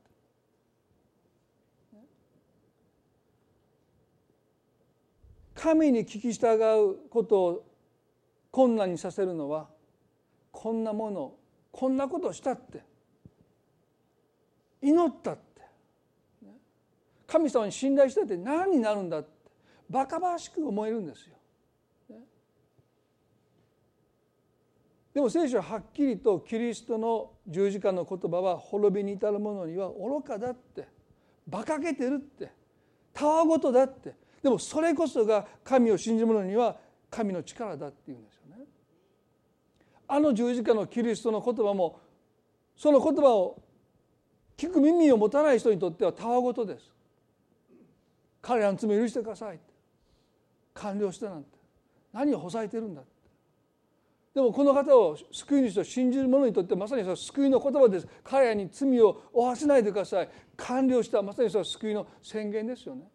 神に聞き従うことを困難にさせるのは、こんなものこんなことをしたって、祈ったって、神様に信頼したって何になるんだってバカバカしく思えるんですよ。でも聖書ははっきりとキリストの十字架の言葉は滅びに至る者には愚かだって、馬鹿げてるって、たわごとだって、でもそれこそが神を信じる者には神の力だっていうんですよね。あの十字架のキリストの言葉も、その言葉を聞く耳を持たない人にとってはたわごとです。彼らの罪を許してくださいって、完了したなんて何をほざいてるんだ。でもこの方を救い主と信じる者にとってまさにそれは救いの言葉です。彼らに罪を負わせないでください、完了した、まさにそれは救いの宣言ですよね。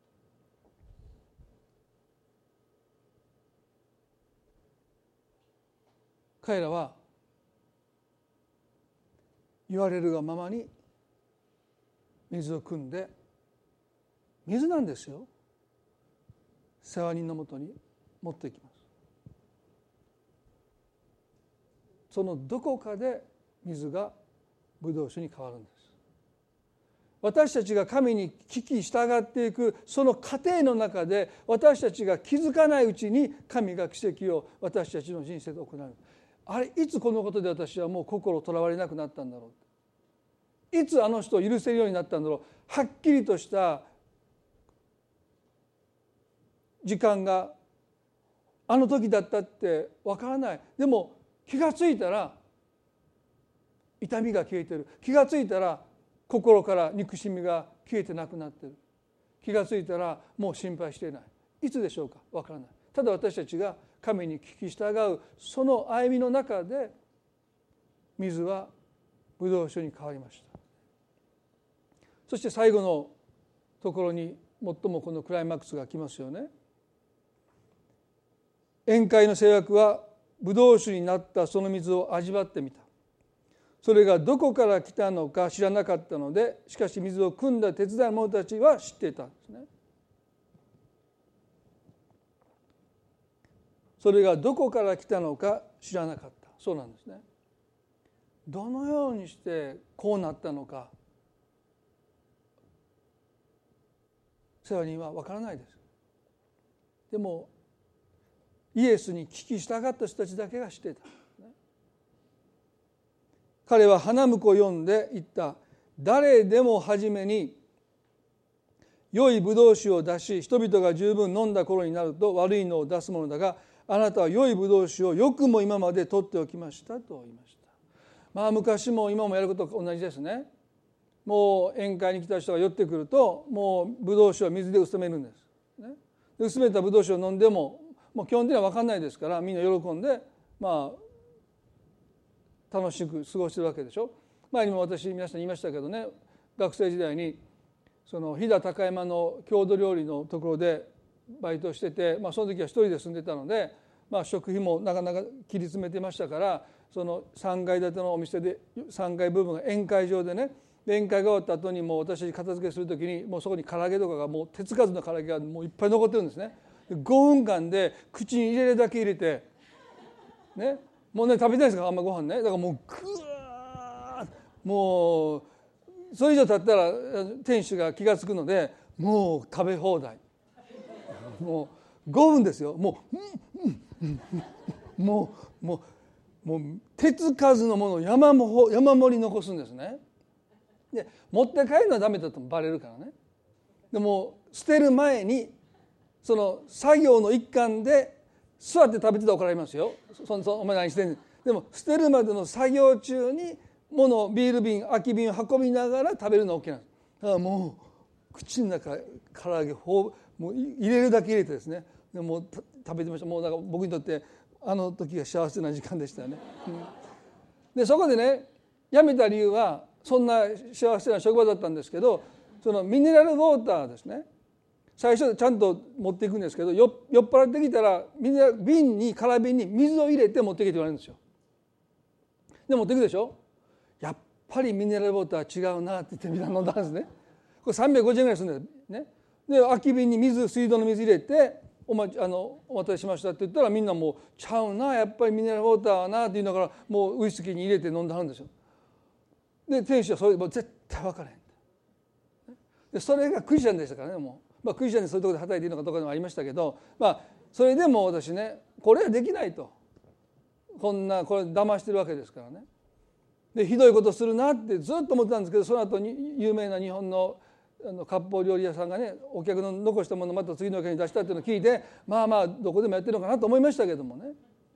彼らは言われるがままに水を汲んで、水なんですよ、世話人のもとに持っていきます。そのどこかで水がブドウ酒に変わるんです。私たちが神に聞き従っていくその過程の中で、私たちが気づかないうちに神が奇跡を私たちの人生で行う。あれ、いつこのことで私はもう心とらわれなくなったんだろう、いつあの人を許せるようになったんだろう。はっきりとした時間があの時だったってわからない。でも気がついたら痛みが消えてる、気がついたら心から憎しみが消えてなくなってる、気がついたらもう心配していない。いつでしょうか、わからない。ただ私たちが神に聞き従うその歩みの中で、水はブドウ酒に変わりました。そして最後のところに最もこのクライマックスが来ますよね。宴会の制約はブドウ酒になったその水を味わってみた。それがどこから来たのか知らなかったので、しかし水を汲んだ手伝い者たちは知っていたんですね。それがどこから来たのか知らなかった。そうなんですね。どのようにしてこうなったのか、世話人は分からないです。でもイエスに聞き従った人たちだけが知っていた。彼は花婿を呼んで言った。誰でも初めに良いブドウ酒を出し、人々が十分飲んだ頃になると悪いのを出すものだが、あなたは良いブドウ酒をよくも今まで取っておきましたと言いました。まあ昔も今もやることと同じですね。もう宴会に来た人が寄ってくると、もうブドウ酒は水で薄めるんです、ね、で薄めたブドウ酒を飲んでももう基本的には分かんないですから、みんな喜んでまあ楽しく過ごしてるわけでしょ。前にも私皆さん言いましたけどね、学生時代にその飛騨高山の郷土料理のところでバイトしてて、まあ、その時は一人で住んでたので、まあ、食費もなかなか切り詰めてましたから、そのさんがい建てのお店でさんがい部分が宴会場でね、宴会が終わった後にもう私片付けする時にもうそこに唐揚げとかがもう手つかずの唐揚げがもういっぱい残ってるんですね。ごふんかんで口に入れるだけ入れてね、もうね食べたいですからあんまご飯ね、だからもうグワーッ、もうそれ以上経ったら店主が気がつくので、もう食べ放題、もうごふんですよ、もう、うんうんうん、もうもうもう手つかずのものを山も山盛り残すんですね。で持って帰るのはダメだとバレるからね。でも捨てる前にその作業の一環で座って食べてたら怒られますよ。そのそのお前何してんの。でも捨てるまでの作業中に物ビール瓶空き瓶を運びながら食べるのは OK なんです。だからもう口の中唐揚げほうもう入れるだけ入れてですね、でもう食べてました。もうだから僕にとってあの時が幸せな時間でしたよね、うん、でそこでね辞めた理由はそんな幸せな職場だったんですけど、そのミネラルウォーターですね、最初ちゃんと持っていくんですけど、酔っ払ってきたらみんな瓶に空瓶に水を入れて持ってきて言われるんですよ。 で持っていくでしょ。やっぱりミネラルウォーター違うなって言ってみんな飲んだんですね。これさんびゃくごじゅうえんぐらいするんですね。で空き瓶に水水道の水入れてお待ちあのお待たせしましたって言ったら、みんなもうちゃうな、やっぱりミネラルウォーターはなって言いながらもうウイスキーに入れて飲んではるんですよ。で店主はそれもう絶対分からへん。でそれがクリスチャンでしたからね。もう、まあ、クリスチャンでそういうところで働いているのかどうかでもありましたけど、まあそれでも私ね、これはできないと、こんなこれ騙してるわけですからね。でひどいことするなってずっと思ってたんですけど、その後に有名な日本のあの割烹料理屋さんがね、お客の残したものをまた次のお客に出したっていうのを聞いて、まあまあどこでもやってるのかなと思いましたけどもね。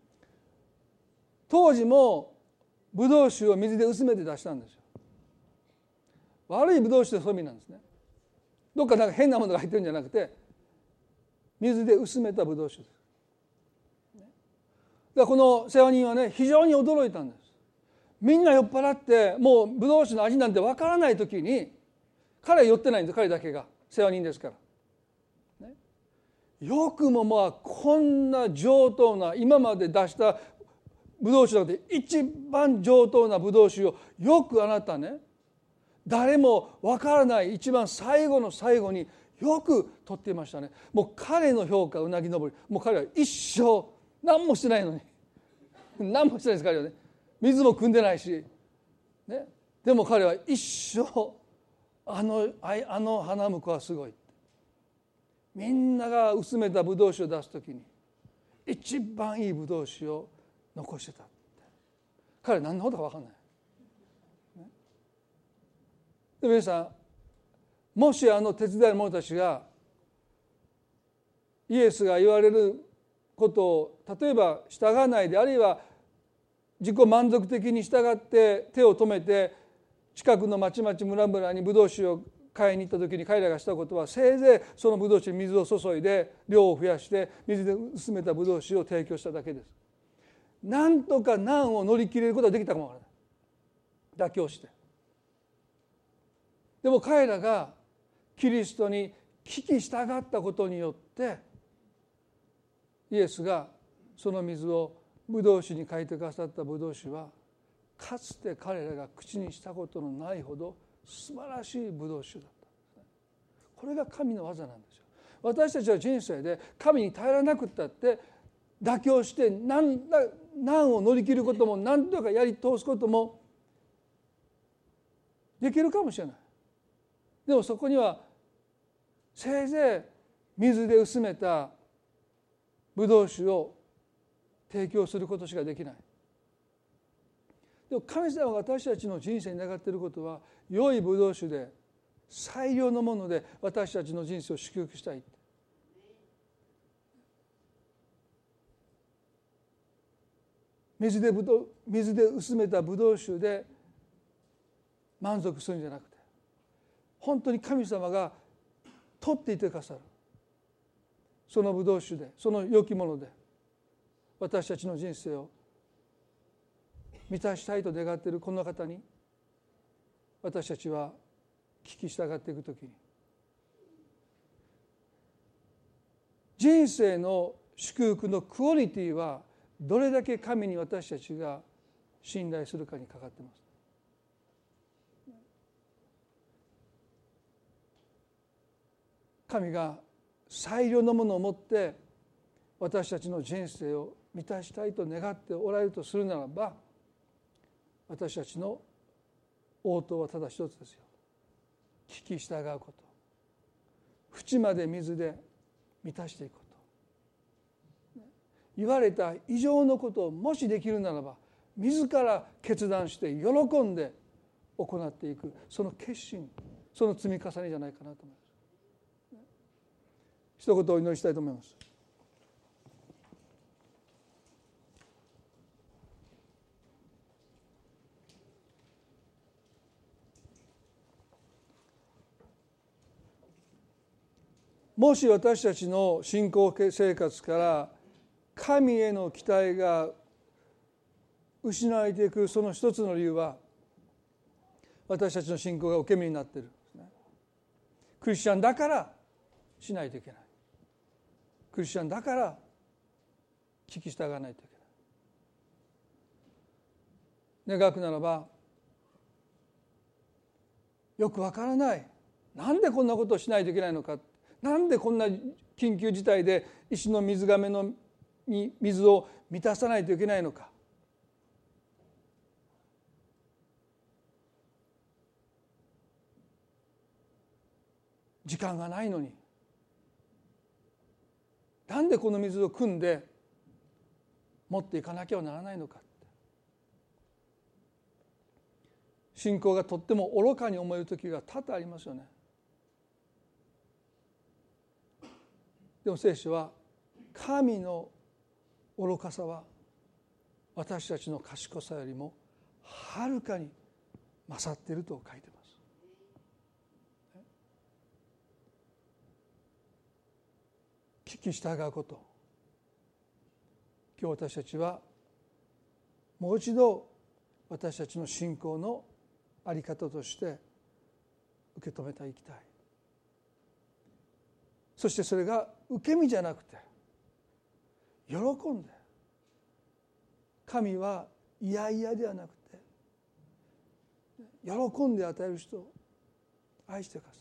当時もブドウ酒を水で薄めて出したんですよ。悪いブドウ酒ってそういう意味なんですね。どっかなんか変なものが入ってるんじゃなくて、水で薄めたブドウ酒です。だからこの世話人はね、非常に驚いたんです。みんな酔っ払ってもうブドウ酒の味なんてわからない時に、彼は酔ってないんです。彼だけが世話人ですから、ね、よくもまあこんな上等な、今まで出したブドウ酒の中で一番上等なブドウ酒をよくあなたね、誰もわからない一番最後の最後によく取っていましたね。もう彼の評価うなぎ登り、もう彼は一生何もしてないのに何もしてないです彼はね。水も汲んでないし、ね、でも彼は一生あのあの花婿はすごい。みんなが薄めたブドウ酒を出すときに一番いいブドウ酒を残してた。彼は何のことか分かんない。で皆さん、もしあの手伝いの者たちがイエスが言われることを例えば従わないで、あるいは自己満足的に従って手を止めて近くの町々村々にブドウ酒を買いに行った時に彼らがしたことは、せいぜいそのブドウ酒に水を注いで量を増やして水で薄めたブドウ酒を提供しただけです。なんとか難を乗り切れることができたかもわからない、妥協して。でも彼らがキリストに聞き従ったことによってイエスがその水をブドウ酒に変えてくださったブドウ酒は、かつて彼らが口にしたことのないほど素晴らしいブドウ酒だった。これが神の技なんですよ。私たちは人生で神に頼らなくったって妥協して難を乗り切ることも何とかやり通すこともできるかもしれない。でもそこにはせいぜい水で薄めたブドウ酒を提供することしかできない。でも神様が私たちの人生に願っていることは、良いブドウ酒で最良のもので私たちの人生を祝福したい。水でブドウ、水で薄めたブドウ酒で満足するんじゃなくて、本当に神様が取っていてくださるそのブドウ酒で、その良きもので私たちの人生を満たしたいと願っているこの方に、私たちは聞き従っていくときに、人生の祝福のクオリティはどれだけ神に私たちが信頼するかにかかっています。神が最良のものを持って私たちの人生を満たしたいと願っておられるとするならば、私たちの応答はただ一つですよ。聞き従うこと、縁まで水で満たしていくこと。言われた以上のことをもしできるならば、自ら決断して喜んで行っていく、その決心、その積み重ねじゃないかなと思います。一言お祈りしたいと思います。もし私たちの信仰生活から神への期待が失われていくその一つの理由は、私たちの信仰が受け身になっているんですね。クリスチャンだからしないといけない。クリスチャンだから聞き従わないといけない。 願くならば、よくわからない、なんでこんなことをしないといけないのか、なんでこんな緊急事態で石の水がめの水を満たさないといけないのか、時間がないのになんでこの水を汲んで持っていかなきゃならないのか、信仰がとっても愚かに思える時が多々ありますよね。でも聖書は神の愚かさは私たちの賢さよりもはるかに勝っていると書いています。聞き従うこと、今日私たちはもう一度私たちの信仰の在り方として受け止めていきたい。そしてそれが受け身じゃなくて喜んで、神はいやいやではなくて喜んで与える人を愛してくださ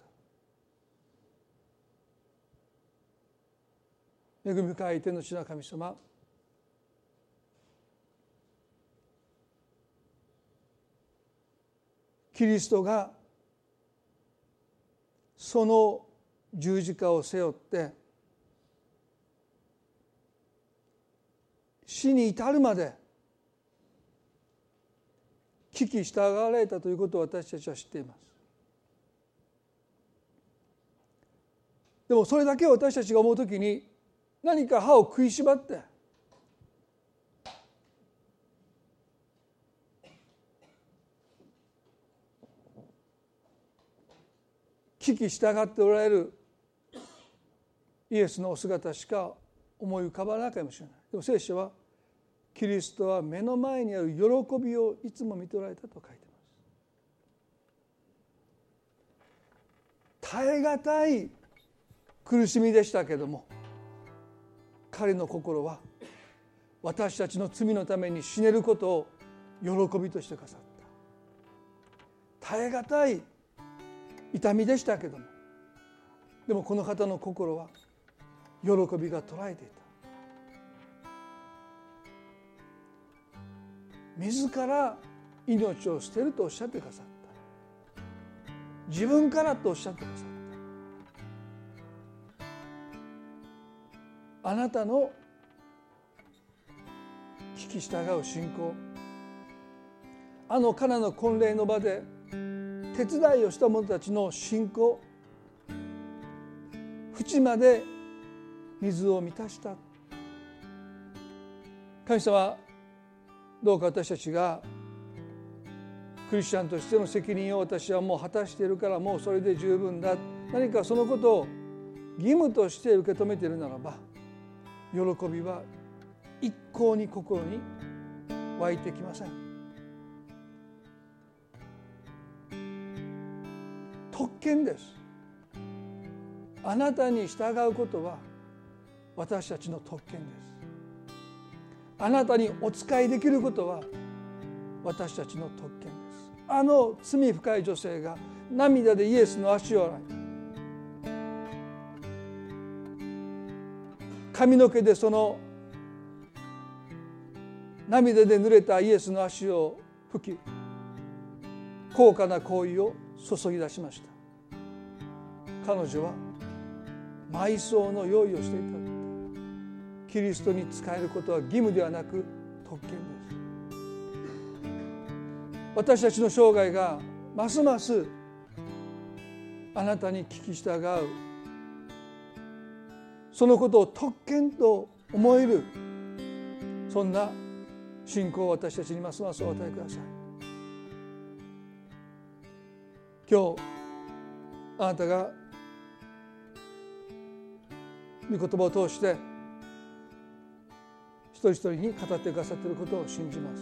い。恵み深い天の地の神様、キリストがその十字架を背負って死に至るまで聞き従われたということを私たちは知っています。でもそれだけを私たちが思うときに、何か歯を食いしばって聞き従っておられるイエスのお姿しか思い浮かばないかもしれない。でも聖書はキリストは目の前にある喜びをいつも見ておられたと書いています。耐え難い苦しみでしたけども、彼の心は私たちの罪のために死ねることを喜びとしてくださった。耐え難い痛みでしたけども、でもこの方の心は喜びが捉えていた。自ら命を捨てるとおっしゃってくださった。自分からとおっしゃってくださった。あなたの聞き従う信仰、あのカナの婚礼の場で手伝いをした者たちの信仰、縁まで水を満たした。神様、どうか私たちがクリスチャンとしての責任を私はもう果たしているからもうそれで十分だ、何かそのことを義務として受け止めているならば、喜びは一向に心に湧いてきません。特権です。あなたに従うことは私たちの特権です。あなたにお仕えできることは私たちの特権です。あの罪深い女性が涙でイエスの足を洗い、髪の毛でその涙で濡れたイエスの足を拭き、高価な香油を注ぎ出しました。彼女は埋葬の用意をしていた。キリストに仕えることは義務ではなく特権です。私たちの生涯がますますあなたに聞き従う、そのことを特権と思える、そんな信仰を私たちにますますお与えください。今日あなたが御言葉を通して一人一人に語ってくださっていることを信じます。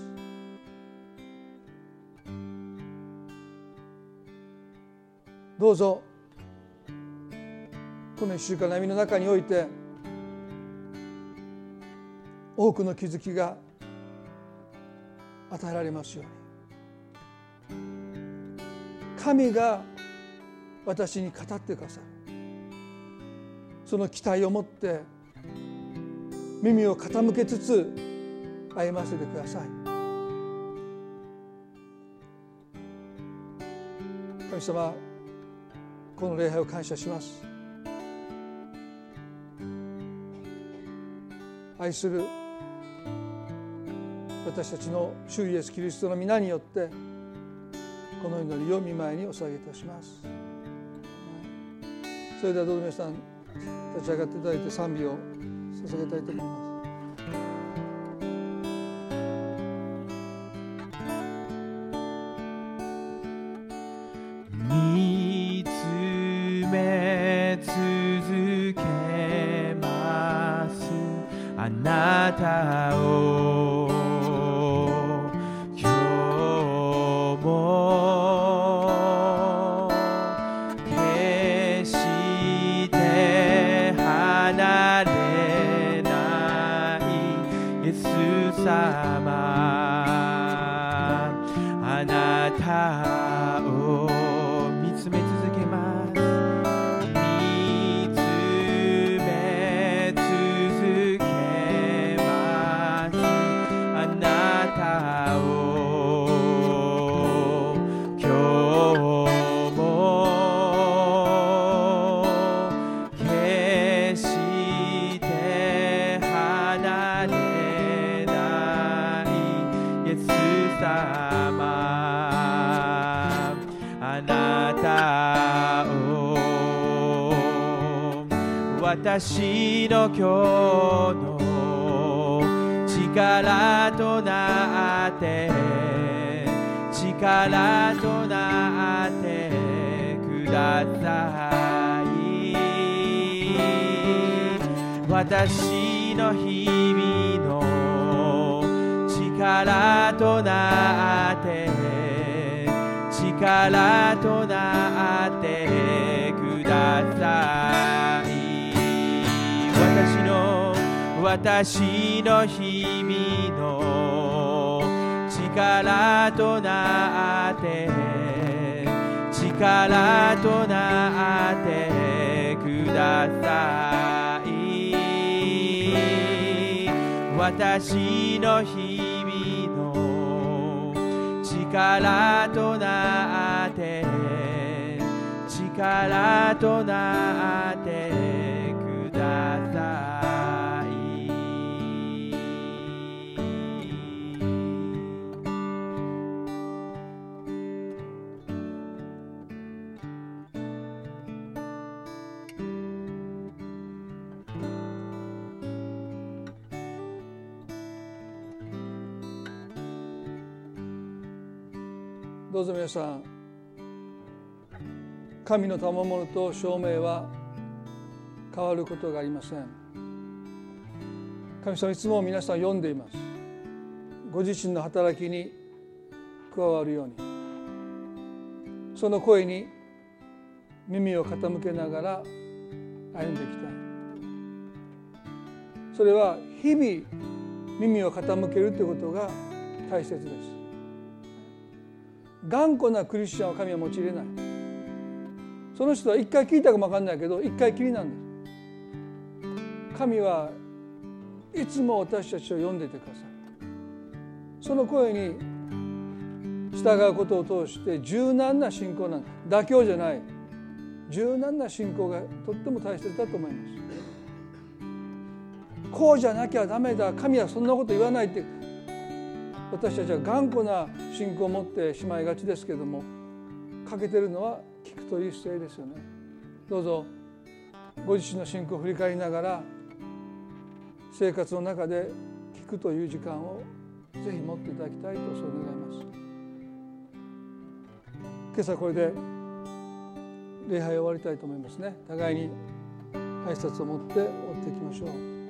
どうぞこの一週間の歩みの中において多くの気づきが与えられますように。 神が私に語ってくださる。その期待を持って耳を傾けつつ歩ませてください。神様、この礼拝を感謝します。愛する私たちの主イエスキリストの皆によってこの祈りを御前にお捧げいたします。それではどうぞ皆さん立ち上がっていただいて賛美を捧げたいと思います。 見つめ続けますあなたを今日も決して離れないイエス様あなたを見つめ続けます見つめ続けますあなたを今日も決して離れないイエス様あなたを私の今日の力となって力となってください私の日々の力となって力となってください私の私の日々の力となって力となってください私の日々の力となって力となってくださいどうぞ皆さん、神の賜物と証明は変わることがありません。神様いつも皆さん読んでいます。ご自身の働きに加わるように、その声に耳を傾けながら歩んでいきたい。それは日々耳を傾けるということが大切です。頑固なクリスチャンを神は用いれない。その人は一回聞いたかも分かんないけど一回きりなんです。神はいつも私たちを読んでいてくださる。その声に従うことを通して柔軟な信仰なんです。妥協じゃない、柔軟な信仰がとっても大切だと思います。こうじゃなきゃダメだ、神はそんなこと言わないって私たちは頑固な信仰を持ってしまいがちですけれども、欠けてるのは聞くという姿勢ですよね。どうぞご自身の信仰を振り返りながら生活の中で聞くという時間をぜひ持っていただきたいとそう願います。今朝これで礼拝を終わりたいと思いますね。互いに挨拶を持って終わっていきましょう。